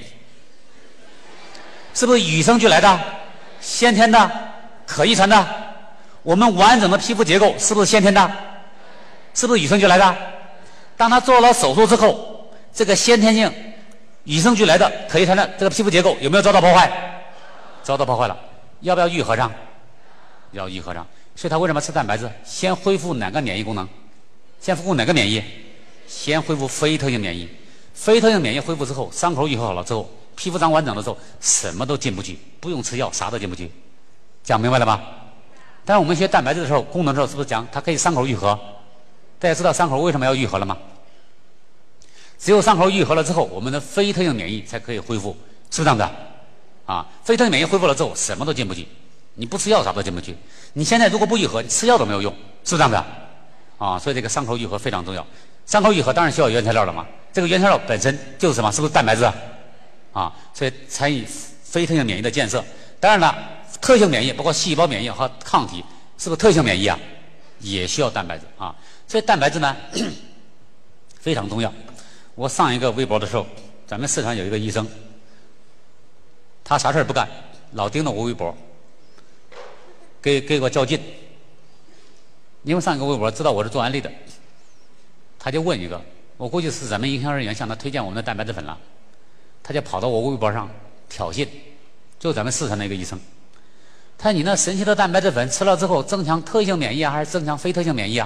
[SPEAKER 1] 是不是与生俱来的、先天的、可遗传的？我们完整的皮肤结构是不是先天的？是不是与生俱来的？当他做了手术之后，这个先天性、与生俱来的、可遗传的这个皮肤结构有没有遭到破坏？遭到破坏了，要不要愈合上？要愈合上。所以他为什么吃蛋白质？先恢复哪个免疫功能？先恢复哪个免疫？先恢复非特性免疫。非特性免疫恢复之后，伤口愈合好了之后，皮肤长完整的时候，什么都进不去，不用吃药，啥都进不去。讲明白了吧？但是我们学蛋白质的时候，功能的时候是不是讲它可以伤口愈合？大家知道伤口为什么要愈合了吗？只有伤口愈合了之后，我们的非特性免疫才可以恢复，是不是这样的？啊，非特性免疫恢复了之后，什么都进不去，你不吃药啥都进不去。你现在如果不愈合，吃药都没有用，是不是这样的？啊，所以这个伤口愈合非常重要。伤口愈合当然需要原材料了嘛，这个原材料本身就是什么？是不是蛋白质？啊，所以参与非特性免疫的建设。当然了，特性免疫包括细胞免疫和抗体，是不是特性免疫啊？也需要蛋白质啊。所以蛋白质呢非常重要。我上一个微博的时候，咱们四川有一个医生，他啥事儿不干，老盯着我微博，给给我较劲。因为上一个微博知道我是做安利的，他就问一个，我估计是咱们营销人员向他推荐我们的蛋白质粉了，他就跑到我微博上挑衅，就咱们四川的一个医生，他说你那神奇的蛋白质粉吃了之后增强特性免疫啊，还是增强非特性免疫啊？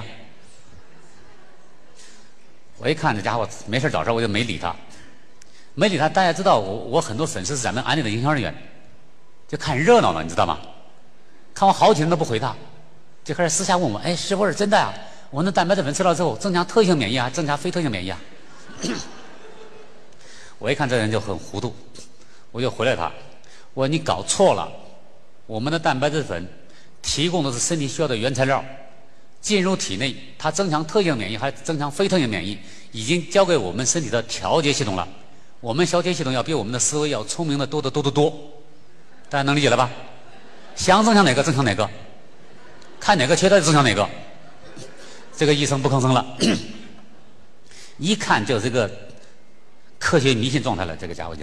[SPEAKER 1] 我一看这家伙没事找事，我就没理他，没理他。大家知道我我很多粉丝是咱们安利的营销人员，就看热闹了，你知道吗？看我好几天都不回他，就开始私下问我，哎，师傅是真的啊？我那蛋白质粉吃了之后增强特性免疫啊，增强非特性免疫啊？我一看这人就很糊涂，我就回来他，我说你搞错了，我们的蛋白质粉提供的是身体需要的原材料，进入体内，它增强特性免疫还是增强非特性免疫，已经交给我们身体的调节系统了。我们调节系统要比我们的思维要聪明的多得多得多，大家能理解了吧？想增强哪个增强哪个，看哪个缺它就增强哪个。这个医生不吭声了，一看就是个科学迷信状态了，这个家伙就。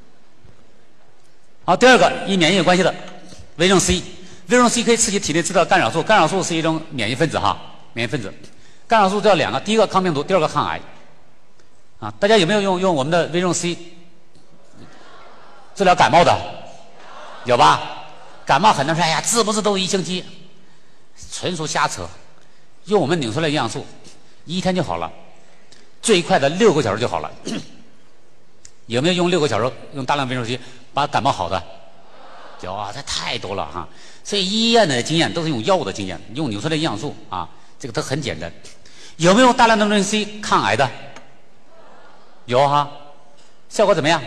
[SPEAKER 1] 好，第二个与免疫有关系的维生 C。维生 C 可以刺激体内制造干扰素，干扰素是一种免疫分子哈，免疫分子。干扰素主要两个，第一个抗病毒，第二个抗癌。啊，大家有没有用用我们的维生 C 治疗感冒的？有吧？感冒很多人说，哎呀，治不治都一星期，纯属瞎扯。用我们拧出来营养素，一天就好了，最快的六个小时就好了。有没有用六个小时用大量维生 C 把感冒好的？有啊，这太多了哈。所以医院的经验都是用药物的经验，用纽崔莱营养素啊，这个都很简单。有没有大量的维生 C 抗癌的？有哈，效果怎么样？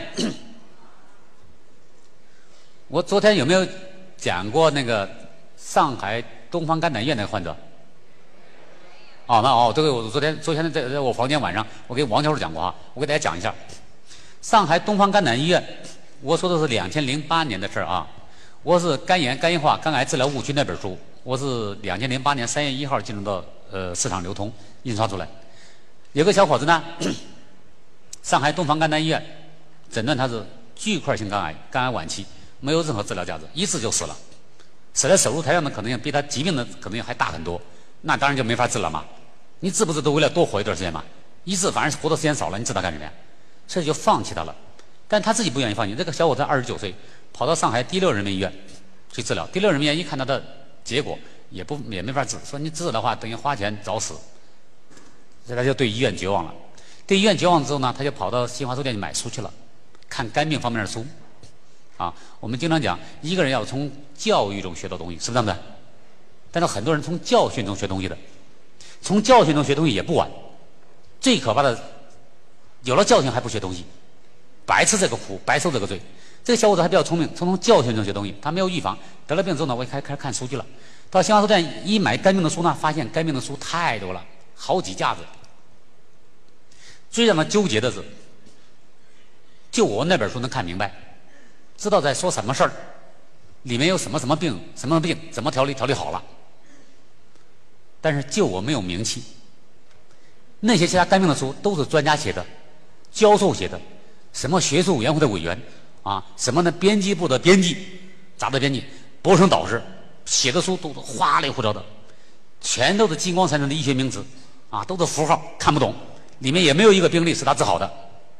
[SPEAKER 1] 我昨天有没有讲过那个上海东方肝胆医院那个患者？哦，那哦，这个我昨天昨天在在我房间晚上，我给王教授讲过啊，我给大家讲一下。上海东方肝胆医院，我说的是两千零八年的事儿啊。我是肝炎、肝硬化、肝癌治疗误区那本书，我是两千零八年三月一号进入到呃市场流通印刷出来。有个小伙子呢，上海东方肝胆医院诊断他是巨块性肝癌，肝癌晚期，没有任何治疗价值，一治就死了，死在手术台上的可能性比他疾病的可能性还大很多，那当然就没法治了嘛。你治不治都为了多活一段时间嘛，一治反而是活的时间少了，你治他干什么呀？所以就放弃他了。但他自己不愿意放弃，这个小伙子二十九岁。跑到上海第六人民医院去治疗，第六人民医院一看他的结果，也不也没法治，说你治的话等于花钱找死，所以他就对医院绝望了。对医院绝望之后呢，他就跑到新华书店去买书去了，看肝病方面的书。啊，我们经常讲，一个人要从教育中学到东西，是不是这样的？但是很多人从教训中学东西的，从教训中学东西也不晚。最可怕的，有了教训还不学东西，白吃这个苦，白受这个罪。这个小伙子还比较聪明，从从教训中学东西。他没有预防，得了病之后呢，我也开开始看书去了。到新华书店一买肝病的书呢，发现肝病的书太多了，好几架子。最让他纠结的是，就我那本书能看明白，知道在说什么事儿，里面有什么什么病，什么病怎么调理，调理好了。但是就我没有名气， 那些其他肝病的书都是专家写的，教授写的，什么学术委员会的委员啊，什么的编辑部的编辑，杂志编辑，博士导师写的书都是花里胡哨的，全都是金光闪闪的医学名词啊，都是符号，看不懂，里面也没有一个病例是他治好的。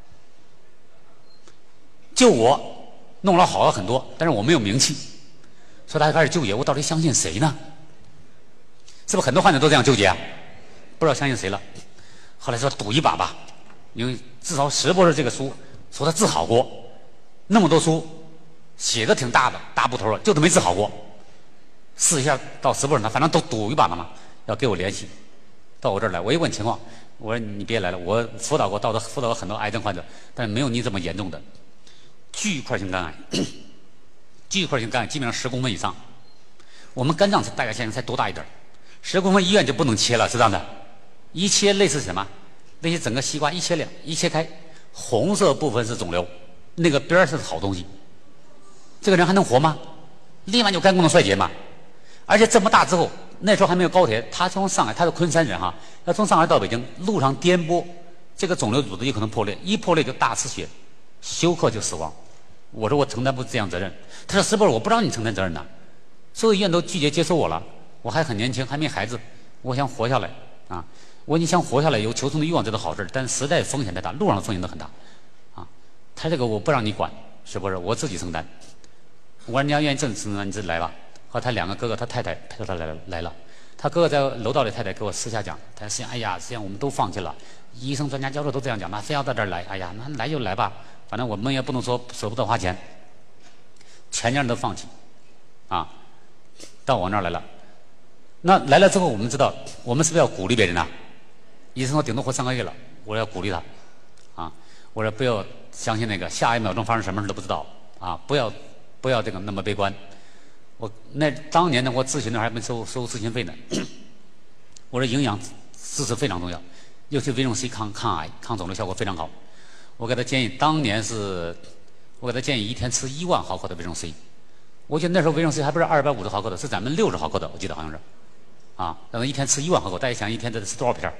[SPEAKER 1] 就我弄了好了很多，但是我没有名气，所以他就开始纠结，我到底相信谁呢？是不是很多患者都这样纠结啊？不知道相信谁了。后来说赌一把吧，因为至少石博士这个书说他治好过，那么多书写的挺大的大部头了，就是没治好过。试一下到石博士那，反正都赌一把了嘛，要给我联系，到我这儿来。我一问情况，我说你别来了，我辅导过到的辅导过很多癌症患者，但是没有你这么严重的巨块性肝癌。巨块性肝癌基本上十公分以上，我们肝脏大概现在才多大一点，十公分医院就不能切了，是这样的。一切类似什么？那些整个西瓜一切两一切开，红色部分是肿瘤，那个边儿是好东西。这个人还能活吗？立马就肝功能衰竭嘛。而且这么大之后，那时候还没有高铁，他从上海，他是昆山人哈，要从上海到北京，路上颠簸，这个肿瘤组织有可能破裂，一破裂就大失血，休克就死亡。我说我承担不这样责任。他说石博士，我不让你承担责任呐，所有医院都拒绝接受我了，我还很年轻，还没孩子，我想活下来啊。我你想活下来有求生的欲望，这是好事，但实在风险太大，路上的风险都很大，啊，他这个我不让你管，是不是？我自己承担。我说你要愿意自己承担，你自己来吧。和他两个哥哥，他太太陪着他来了来了，他哥哥在楼道里，太太给我私下讲，他实际上哎呀，实际上我们都放弃了，医生专家教授都这样讲，那非要到这儿来，哎呀，那来就来吧，反正我们也不能说舍不得花钱，全家人都放弃，啊，到我那儿来了。那来了之后，我们知道我们是不是要鼓励别人呢？医生说顶多活三个月了，我要鼓励他，啊，我说不要相信那个下一秒钟发生什么事都不知道，啊，不要不要这个那么悲观。我那当年呢，我咨询的还没收收咨询费呢。我说营养知识非常重要，尤其维生素 C 抗抗癌、抗肿瘤效果非常好。我给他建议，当年是我给他建议一天吃一万毫克的维生素 C。我记得那时候维生素 C 还不是二百五十毫克的，是咱们六十毫克的，我记得好像是。啊，让他一天吃一万毫克，大家想一天这是多少片？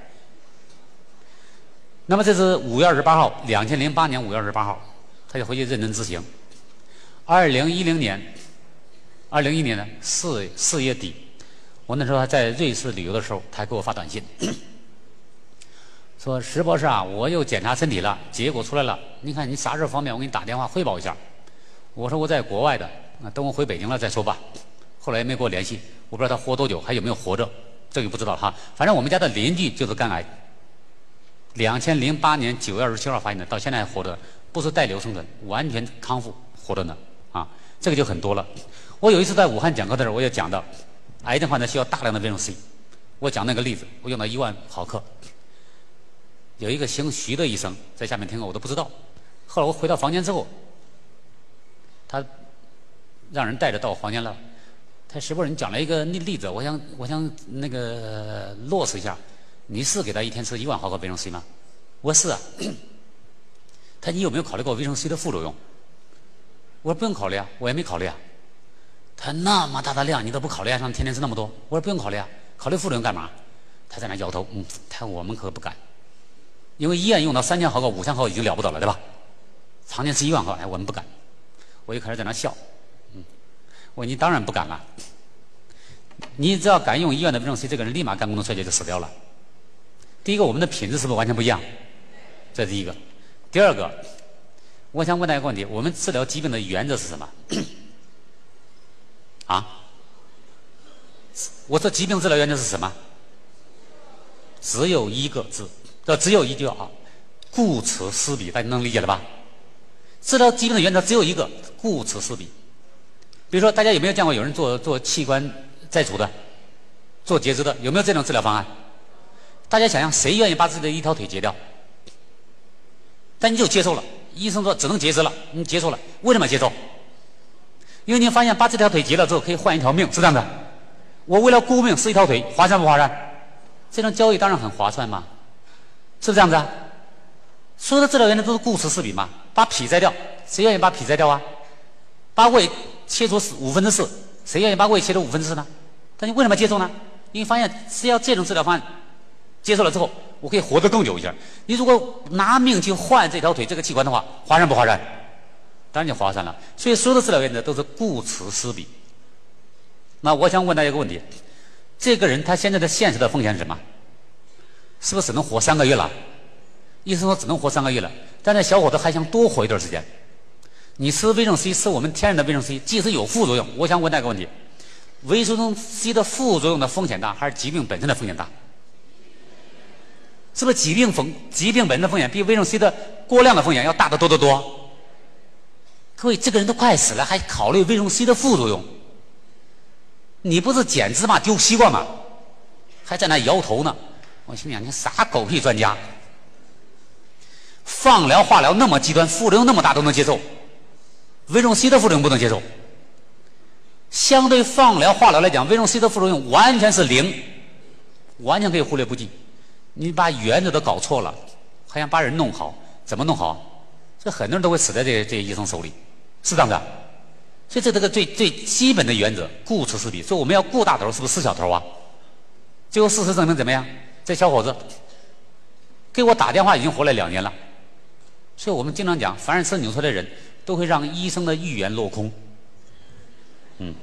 [SPEAKER 1] 那么这是五月二十八号，两千零八年五月二十八号，他就回去认真执行。二零一零年，二零一年呢四四月底，我那时候还在瑞士旅游的时候，他还给我发短信，说石博士啊，我又检查身体了，结果出来了，你看你啥时候方便，我给你打电话汇报一下。我说我在国外的，那等我回北京了再说吧。后来也没给我联系，我不知道他活多久，还有没有活着，这个不知道哈。反正我们家的邻居就是肝癌。两千零八年九月二十七号发现的，到现在还活着，不是带瘤生存，完全康复活着呢啊，这个就很多了。我有一次在武汉讲课的时候，我也讲到，癌症患者需要大量的维生素 C， 我讲那个例子，我用到一万毫克。有一个姓徐的医生在下面听课，我都不知道。后来我回到房间之后，他让人带着到我房间了。他石博士，你讲了一个例例子，我想我想那个落实一下。你是给他一天吃一万毫克维生素 C 吗？我说是啊。他你有没有考虑过维生素 C 的副作用？我说不用考虑啊，我也没考虑啊。他那么大的量你都不考虑啊，让天天吃那么多？我说不用考虑啊，考虑副作用干嘛？他在那摇头，嗯，他我们可不敢，因为医院用到三千毫克、五千毫克已经了不得了，对吧？常年吃一万毫克，哎，我们不敢。我就开始在那笑，嗯，我说你当然不敢了。你只要敢用医院的维生素 C， 这个人立马肝功能衰竭就死掉了。第一个，我们的品质是不是完全不一样？这是第一个。第二个，我想问大家一个问题：我们治疗疾病的原则是什么？啊？我说疾病治疗原则是什么？只有一个字，这只有一句啊，顾此失彼，大家能理解了吧？治疗疾病的原则只有一个，顾此失彼。比如说，大家有没有见过有人做做器官摘除的，做截肢的？有没有这种治疗方案？大家想想，谁愿意把自己的一条腿截掉？但你就接受了，医生说只能截肢了，你接受了，为什么接受？因为你发现把这条腿截了之后可以换一条命，是这样的。我为了กู้命失一条腿，划算不划算？这种交易当然很划算嘛，是不是这样子啊？所有的治疗原则都是顾此失彼嘛。把脾摘掉，谁愿意把脾摘掉啊？把胃切除五分之四，谁愿意把胃切除五分之四呢？但你为什么接受呢？因为发现只要这种治疗方案， 接受了之后，我可以活得更久一些。你如果拿命去换这条腿这个器官的话，划算不划算？当然就划算了。所以所有的治疗原则都是顾此失彼。那我想问大家一个问题：这个人他现在的现实的风险是什么？是不是只能活三个月了？医生说只能活三个月了，但这小伙子还想多活一段时间。你吃维生素 C 吃我们天然的维生素 C， 即使有副作用，我想问大家一个问题：维生素 C 的副作用的风险大，还是疾病本身的风险大？是不是疾病风疾病本身的风险比维生素 C 的过量的风险要大得多得多？各位，这个人都快死了，还考虑维生素 C 的副作用？你不是捡芝麻丢西瓜吗？还在那摇头呢。我心想，你啥狗屁专家？放疗、化疗那么极端，副作用那么大都能接受，维生素 C 的副作用不能接受。相对放疗、化疗来讲，维生素 C 的副作用完全是零，完全可以忽略不计。你把原则都搞错了，还想把人弄好，怎么弄好？这很多人都会死在这个这个医生手里，是这样的。所以这这个最最基本的原则，顾此失彼。所以我们要顾大头，是不是失小头啊？最后事实证明怎么样？这小伙子给我打电话已经活了两年了。所以我们经常讲，凡是吃纽崔莱的人，都会让医生的预言落空。嗯。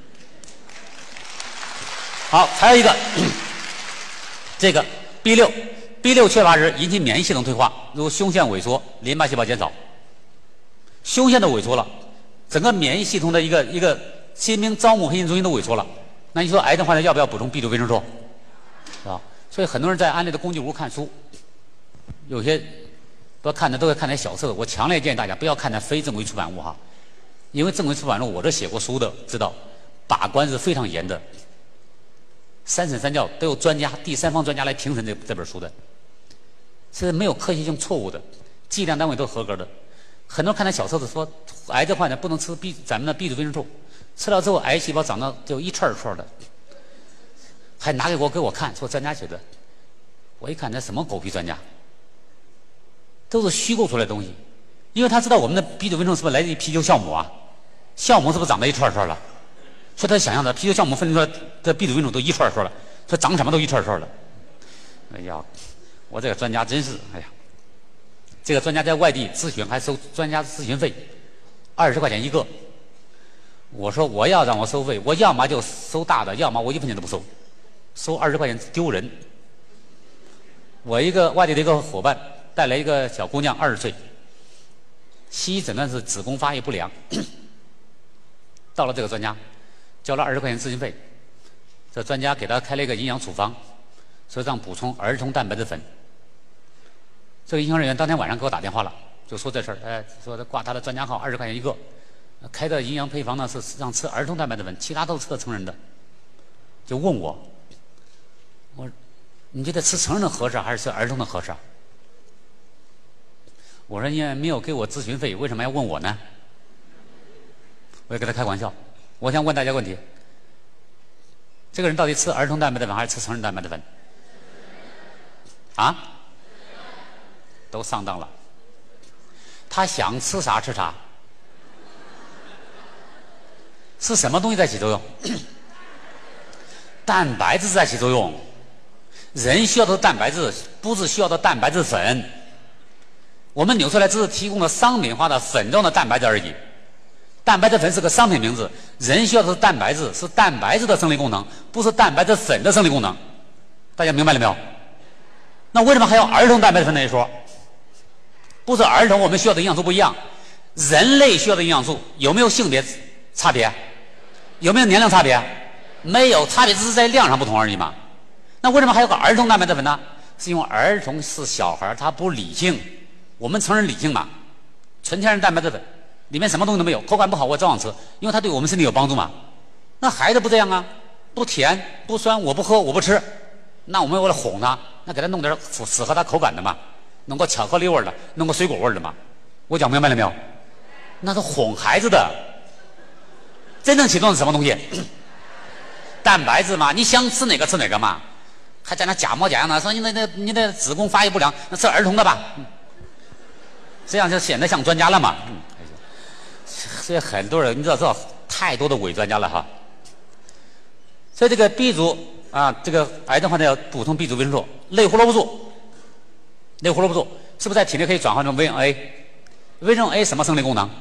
[SPEAKER 1] 好，还有一个，这个 B 六 B 六缺乏时引起免疫系统退化，如胸腺萎缩、淋巴细胞减少。胸腺都萎缩了，整个免疫系统的一个一个心鸣招募核心中心都萎缩了。那你说癌症患者要不要补充 B 族维生素？啊，所以很多人在安利的工具屋看书，有些不要看的都会看点小册子。我强烈建议大家不要看点非正规出版物哈，因为正规出版物我这写过书的知道，把关是非常严的。三审三教都有专家、第三方专家来评审这这本书的，是没有科学性错误的，计量单位都合格的。很多人看那小册子说，癌症患者不能吃 B 咱们的 B 族维生素，吃了之后癌细胞长到就一串一串的，还拿给我给我看，说专家写的。我一看，这什么狗屁专家，都是虚构出来的东西。因为他知道我们的 B 族维生素是不是来自于啤酒酵母啊？酵母是不是长得一串一串了？所以他想象的啤酒酵母分离出来的 B 族维生素都一串一串了，说长什么都一串一串的。哎呀，我这个专家真是，哎呀，这个专家在外地咨询还收专家咨询费，二十块钱一个。我说我要让我收费，我要么就收大的，要么我一分钱都不收，收二十块钱丢人。我一个外地的一个伙伴带来一个小姑娘，二十岁，西医诊断是子宫发育不良，到了这个专家，交了二十块钱咨询费，这专家给他开了一个营养处方，说让补充儿童蛋白质粉。这个医生人员当天晚上给我打电话了，就说这事儿，哎，说他挂他的专家号，二十块钱一个，开的营养配方呢是让吃儿童蛋白质粉，其他都是吃成人的。就问我，我你觉得吃成人的合适还是吃儿童的合适？我说因为没有给我咨询费，为什么要问我呢？我也跟他开玩笑。我想问大家个问题：这个人到底吃儿童蛋白质粉还是吃成人蛋白质粉？啊？都上当了。他想吃啥吃啥。是什么东西在起作用？蛋白质在起作用。人需要的蛋白质，不是需要的蛋白质粉。我们纽崔莱只是提供了商品化的粉状的蛋白质而已。蛋白质粉是个商品名字，人需要的是蛋白质，是蛋白质的生理功能，不是蛋白质粉的生理功能。大家明白了没有？那为什么还有儿童蛋白质粉那一说？不是儿童我们需要的营养素不一样，人类需要的营养素有没有性别差别？有没有年龄差别？没有，差别只是在量上不同而已嘛。那为什么还有个儿童蛋白质粉呢？是因为儿童是小孩，他不理性，我们成人理性嘛。纯天然蛋白质粉里面什么东西都没有，口感不好我照样吃，因为它对我们身体有帮助嘛。那孩子不这样啊，不甜不酸，我不喝我不吃，那我们为了哄他，那给他弄点符合他口感的嘛，弄个巧克力味的，弄个水果味的嘛。我讲明白了没有？那是哄孩子的。真正起作用是什么东西？蛋白质嘛，你想吃哪个吃哪个嘛，还在那假模假样的说你那那你的子宫发育不良，那是儿童的吧？嗯、这样就显得像专家了嘛。嗯，所以很多人你知道知道太多的伪专家了哈。所以这个 B 族啊，这个癌症患者要补充 B 族维生素， 类胡萝卜素，类胡萝卜素是不是在体内可以转换成维生 A？ 维生 A 什么生理功能？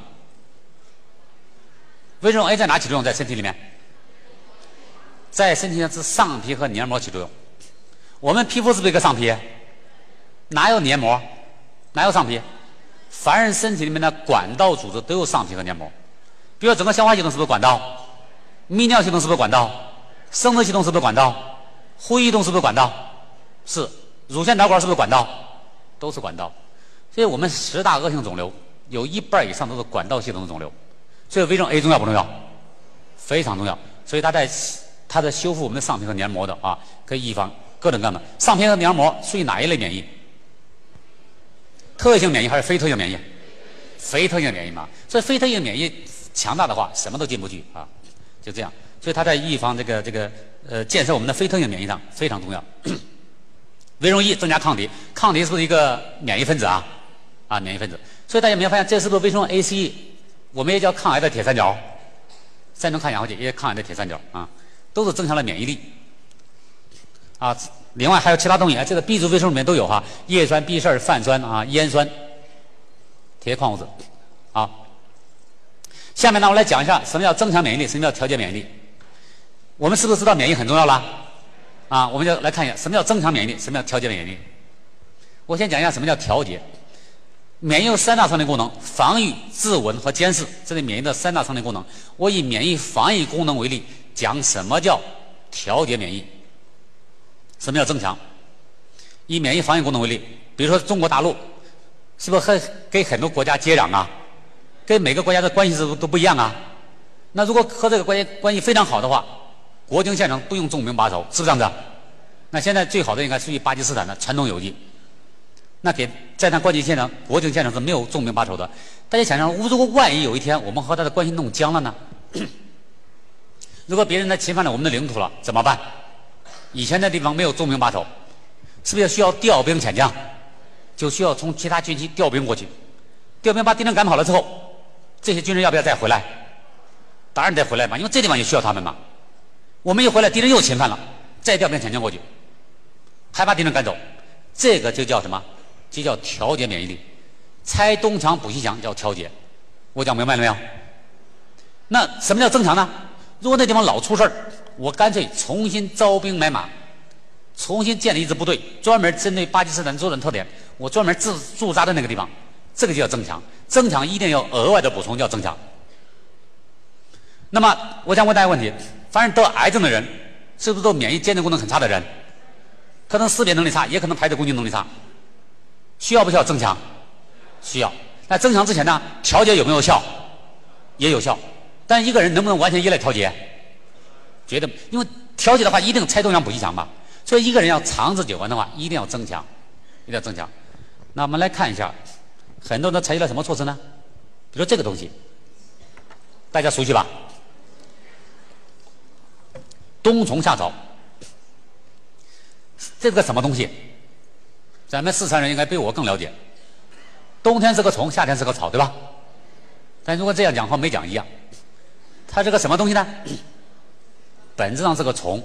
[SPEAKER 1] 维生 A 在哪起作用？在身体里面，在身体上是上皮和黏膜起作用。我们皮肤是不是一个上皮？哪有黏膜？哪有上皮？凡人身体里面的管道组织都有上皮和黏膜。比如整个消化系统是不是管道？泌尿系统是不是管道？生殖系统是不是管道？呼吸系统是不是管道？是。乳腺导管是不是管道？都是管道。所以我们十大恶性肿瘤有一半以上都是管道系统的肿瘤。所以维生 A 重要不重要？非常重要。所以它在它在修复我们的上皮和黏膜的啊，可以预防各种各样的。上皮和黏膜属于哪一类免疫？特异性免疫还是非特异性免疫？非特异性免疫嘛。所以非特异性免疫强大的话，什么都进不去啊，就这样。所以它在预防这个这个呃建设我们的非特异性免疫上非常重要。维生 E 增加抗体，抗体是不是一个免疫分子啊？啊，免疫分子。所以大家有没有发现，这是不是维生 A、C？ 我们也叫抗癌的铁三角，三种抗氧化剂也抗癌的铁三角啊，都是增强了免疫力。啊，另外还有其他东西啊，这个 B 族维生素里面都有哈，叶酸、B 十二、泛酸啊、烟酸、铁矿物质。好，下面呢，我来讲一下什么叫增强免疫力，什么叫调节免疫力。我们是不是知道免疫很重要啦？啊，我们就来看一下什么叫增强免疫力，什么叫调节免疫力。我先讲一下什么叫调节。免疫有三大生理功能：防御、自稳和监视，这是免疫的三大生理功能。我以免疫防御功能为例，讲什么叫调节免疫，什么叫增强。以免疫防御功能为例，比如说中国大陆，是不是和跟很多国家接壤啊？跟每个国家的关系是不是都不一样啊？那如果和这个关系关系非常好的话，国境线上不用重兵把守，是不是这样子？那现在最好的应该属于巴基斯坦的传统友谊。那给在那关系线上、国境线上是没有重兵把守的。大家想想，如果万一有一天我们和他的关系弄僵了呢？如果别人来侵犯了我们的领土了，怎么办？以前那地方没有重兵把守，是不是需要调兵遣将？就需要从其他军区调兵过去，调兵把敌人赶跑了之后，这些军人要不要再回来？当然得回来嘛，因为这地方也需要他们嘛。我们一回来，敌人又侵犯了，再调兵遣将过去，还把敌人赶走，这个就叫什么？就叫调节免疫力。拆东墙补西墙叫调节，我讲明白了没有？那什么叫增强呢？如果那地方老出事儿，我干脆重新招兵买马，重新建立一支部队，专门针对巴基斯坦作战特点，我专门自驻扎在那个地方，这个就叫增强。增强一定要额外的补充，叫增强。那么我想问大家问题：凡是得癌症的人，是不是都免疫鉴定功能很差的人？可能识别能力差，也可能排斥攻击能力差，需要不需要增强？需要。那增强之前呢，调节有没有效？也有效。但一个人能不能完全依赖调节？绝对，因为调节的话一定拆东墙补西墙嘛。所以一个人要长治久安的话，一定要增强，一定要增强。那我们来看一下，很多人都采取了什么措施呢？比如这个东西，大家熟悉吧？冬虫夏草，这个什么东西？咱们四川人应该比我更了解。冬天是个虫，夏天是个草，对吧？但如果这样讲和没讲一样，它是个什么东西呢？本质上是个虫，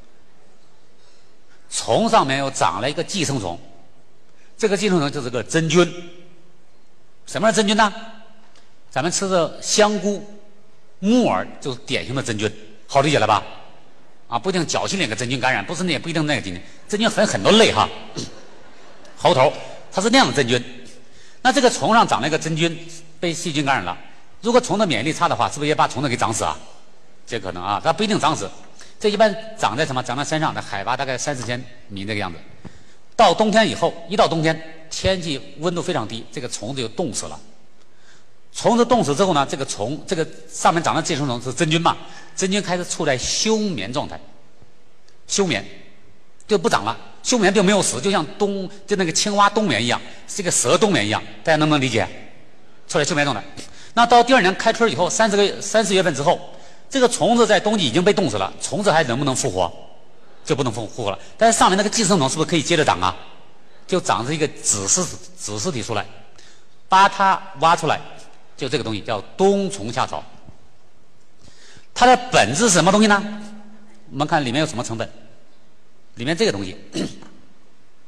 [SPEAKER 1] 虫上面又长了一个寄生虫，这个寄生虫就是个真菌。什么是真菌呢？咱们吃的香菇、木耳就是典型的真菌，好理解了吧？啊，不一定侥幸那个真菌感染，不是那也不一定那个真菌，真菌分很多类哈。猴头它是那样的真菌，那这个虫上长了一个真菌，被细菌感染了。如果虫的免疫力差的话，是不是也把虫子给长死啊？这可能啊，它不一定长死。这一般长在什么？长在山上的海拔大概三四千米这个样子。到冬天以后，一到冬天，天气温度非常低，这个虫子就冻死了。虫子冻死之后呢，这个虫这个上面长的寄生虫是真菌嘛？真菌开始处在休眠状态，休眠就不长了。休眠并没有死，就像冬就那个青蛙冬眠一样，这个蛇冬眠一样，大家能不能理解？处在休眠状态。那到第二年开春以后，三四个月三四月份之后，这个虫子在冬季已经被冻死了，虫子还能不能复活？就不能复复活了。但是上面那个寄生虫是不是可以接着长啊？就长出一个子实子实体出来，把它挖出来，就这个东西叫冬虫夏草。它的本质是什么东西呢？我们看里面有什么成分？里面这个东西，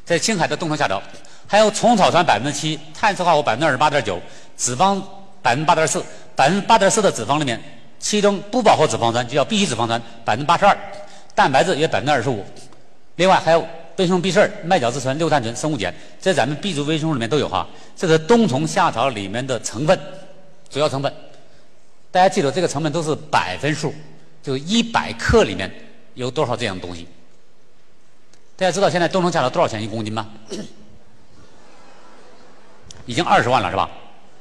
[SPEAKER 1] 在青海的冬虫夏草，还有虫草酸百分之七，碳水化合物百分之二十八点九，脂肪百分之八点四，百分之八点四的脂肪里面，其中不饱和脂肪酸就叫必需脂肪酸百分之八十二，蛋白质也百分之二十五。另外还有维生素 B 十二、麦角质醇、六碳醇、生物碱，在咱们 B 族维生素里面都有哈。这是冬虫夏草里面的成分，主要成分。大家记住，这个成分都是百分数，就一百克里面有多少这样的东西。大家知道现在冬虫夏草多少钱一公斤吗？已经二十万了，是吧？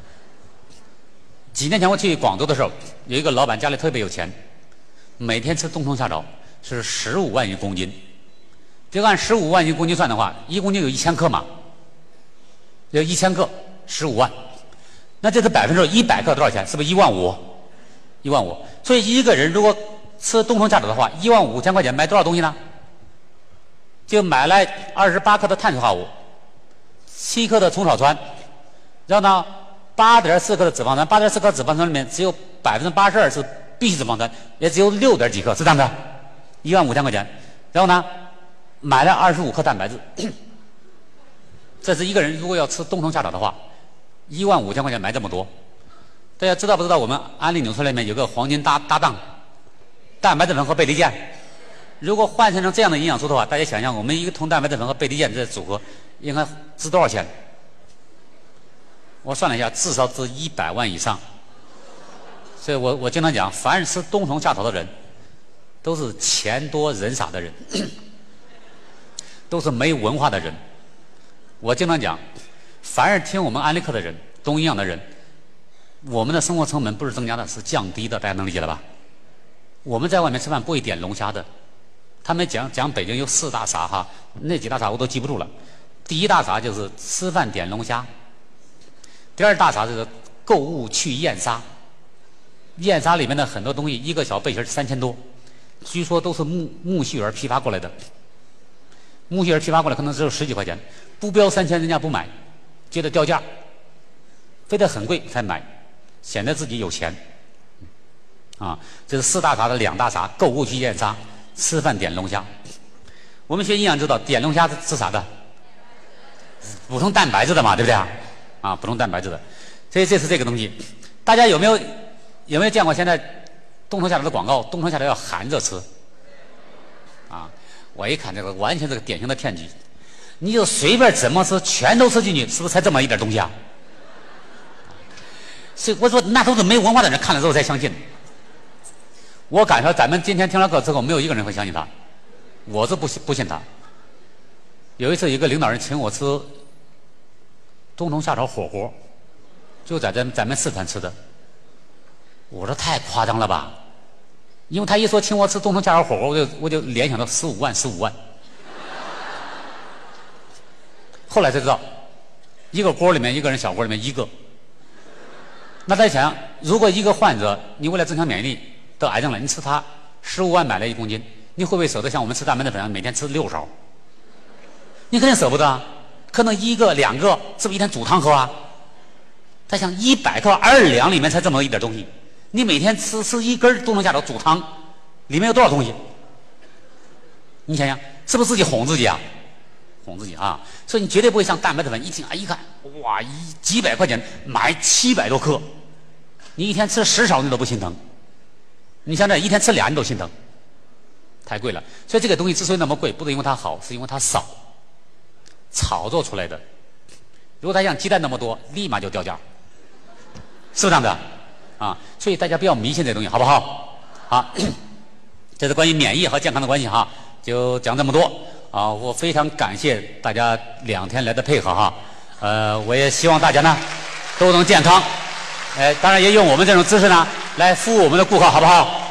[SPEAKER 1] 几年前我去广州的时候，有一个老板家里特别有钱，每天吃冬虫夏草是十五万一公斤。就按十五万一公斤算的话，一公斤有一千克嘛，有一千克，十五万。那这是百分之一百克多少钱？是不是一万五？一万五。所以一个人如果吃冬虫夏草的话，一万五千块钱买多少东西呢？就买来二十八克的碳水化合物，七克的虫草酸，然后呢，八点四克的脂肪酸，八点四克脂肪酸里面只有百分之八十二是必需脂肪酸，也只有六点几克，是这样的，一万五千块钱。然后呢，买了二十五克蛋白质。这是一个人如果要吃冬虫夏草的话，一万五千块钱买这么多。大家知道不知道我们安利纽崔莱里面有个黄金搭搭档，蛋白质粉和贝利健。如果换成成这样的营养素的话，大家想想，我们一个桶蛋白质粉和贝利健这组合应该值多少钱？我算了一下，至少值一百万以上。所以我我经常讲，凡是吃冬虫夏草的人，都是钱多人傻的人，都是没文化的人。我经常讲，凡是听我们安利课的人，懂营养的人，我们的生活成本不是增加的，是降低的，大家能理解了吧？我们在外面吃饭不会点龙虾的。他们讲讲北京有四大傻哈，那几大傻我都记不住了。第一大傻就是吃饭点龙虾，第二大傻就是购物去燕莎。燕莎里面的很多东西，一个小背心三千多，据说都是木木樨园批发过来的。木樨园批发过来可能只有十几块钱，不标三千人家不买，觉得掉价，非得很贵才买，显得自己有钱。啊，这是四大傻的两大傻：购物去燕莎，吃饭点龙虾。我们学营养知道，点龙虾是吃啥的？补充蛋白质的嘛，对不对啊？啊，补充蛋白质的。所以这是这个东西。大家有没有有没有见过现在冬虫夏草的广告？冬虫夏草要含着吃。啊，我一看这个完全是个典型的骗局。你就随便怎么吃，全都吃进去，是不是才这么一点东西啊？所以我说那都是没文化的人看了之后才相信。我敢说，咱们今天听了课之后，没有一个人会相信他。我是不不信他。有一次，一个领导人请我吃冬虫夏草火锅，就在咱咱们四川吃的。我说太夸张了吧，因为他一说请我吃冬虫夏草火锅，我就我就联想到十五万十五万。后来才知道，一个锅里面一个人小锅里面一个。那大家想想，如果一个患者你为了增强免疫力得癌症了，你吃它十五万买了一公斤，你会不会舍得像我们吃蛋白质粉每天吃六勺？你肯定舍不得啊，可能一个两个，是不是一天煮汤喝啊？他想一百克二两里面才这么一点东西，你每天吃吃一根冬虫夏草煮汤，里面有多少东西？你想想，是不是自己哄自己啊？哄自己啊！所以你绝对不会像蛋白质粉一听啊一看，哇，一几百块钱买七百多克，你一天吃十勺你都不心疼。你像这一天吃俩你都心疼，太贵了。所以这个东西之所以那么贵，不是因为它好，是因为它少，炒作出来的。如果它像鸡蛋那么多，立马就掉价，是不是这样的？啊，所以大家不要迷信这东西，好不好？好，这是关于免疫和健康的关系哈，就讲这么多啊。我非常感谢大家两天来的配合哈，呃，我也希望大家呢都能健康。呃，当然也用我们这种知识呢来服务我们的顾客，好不好？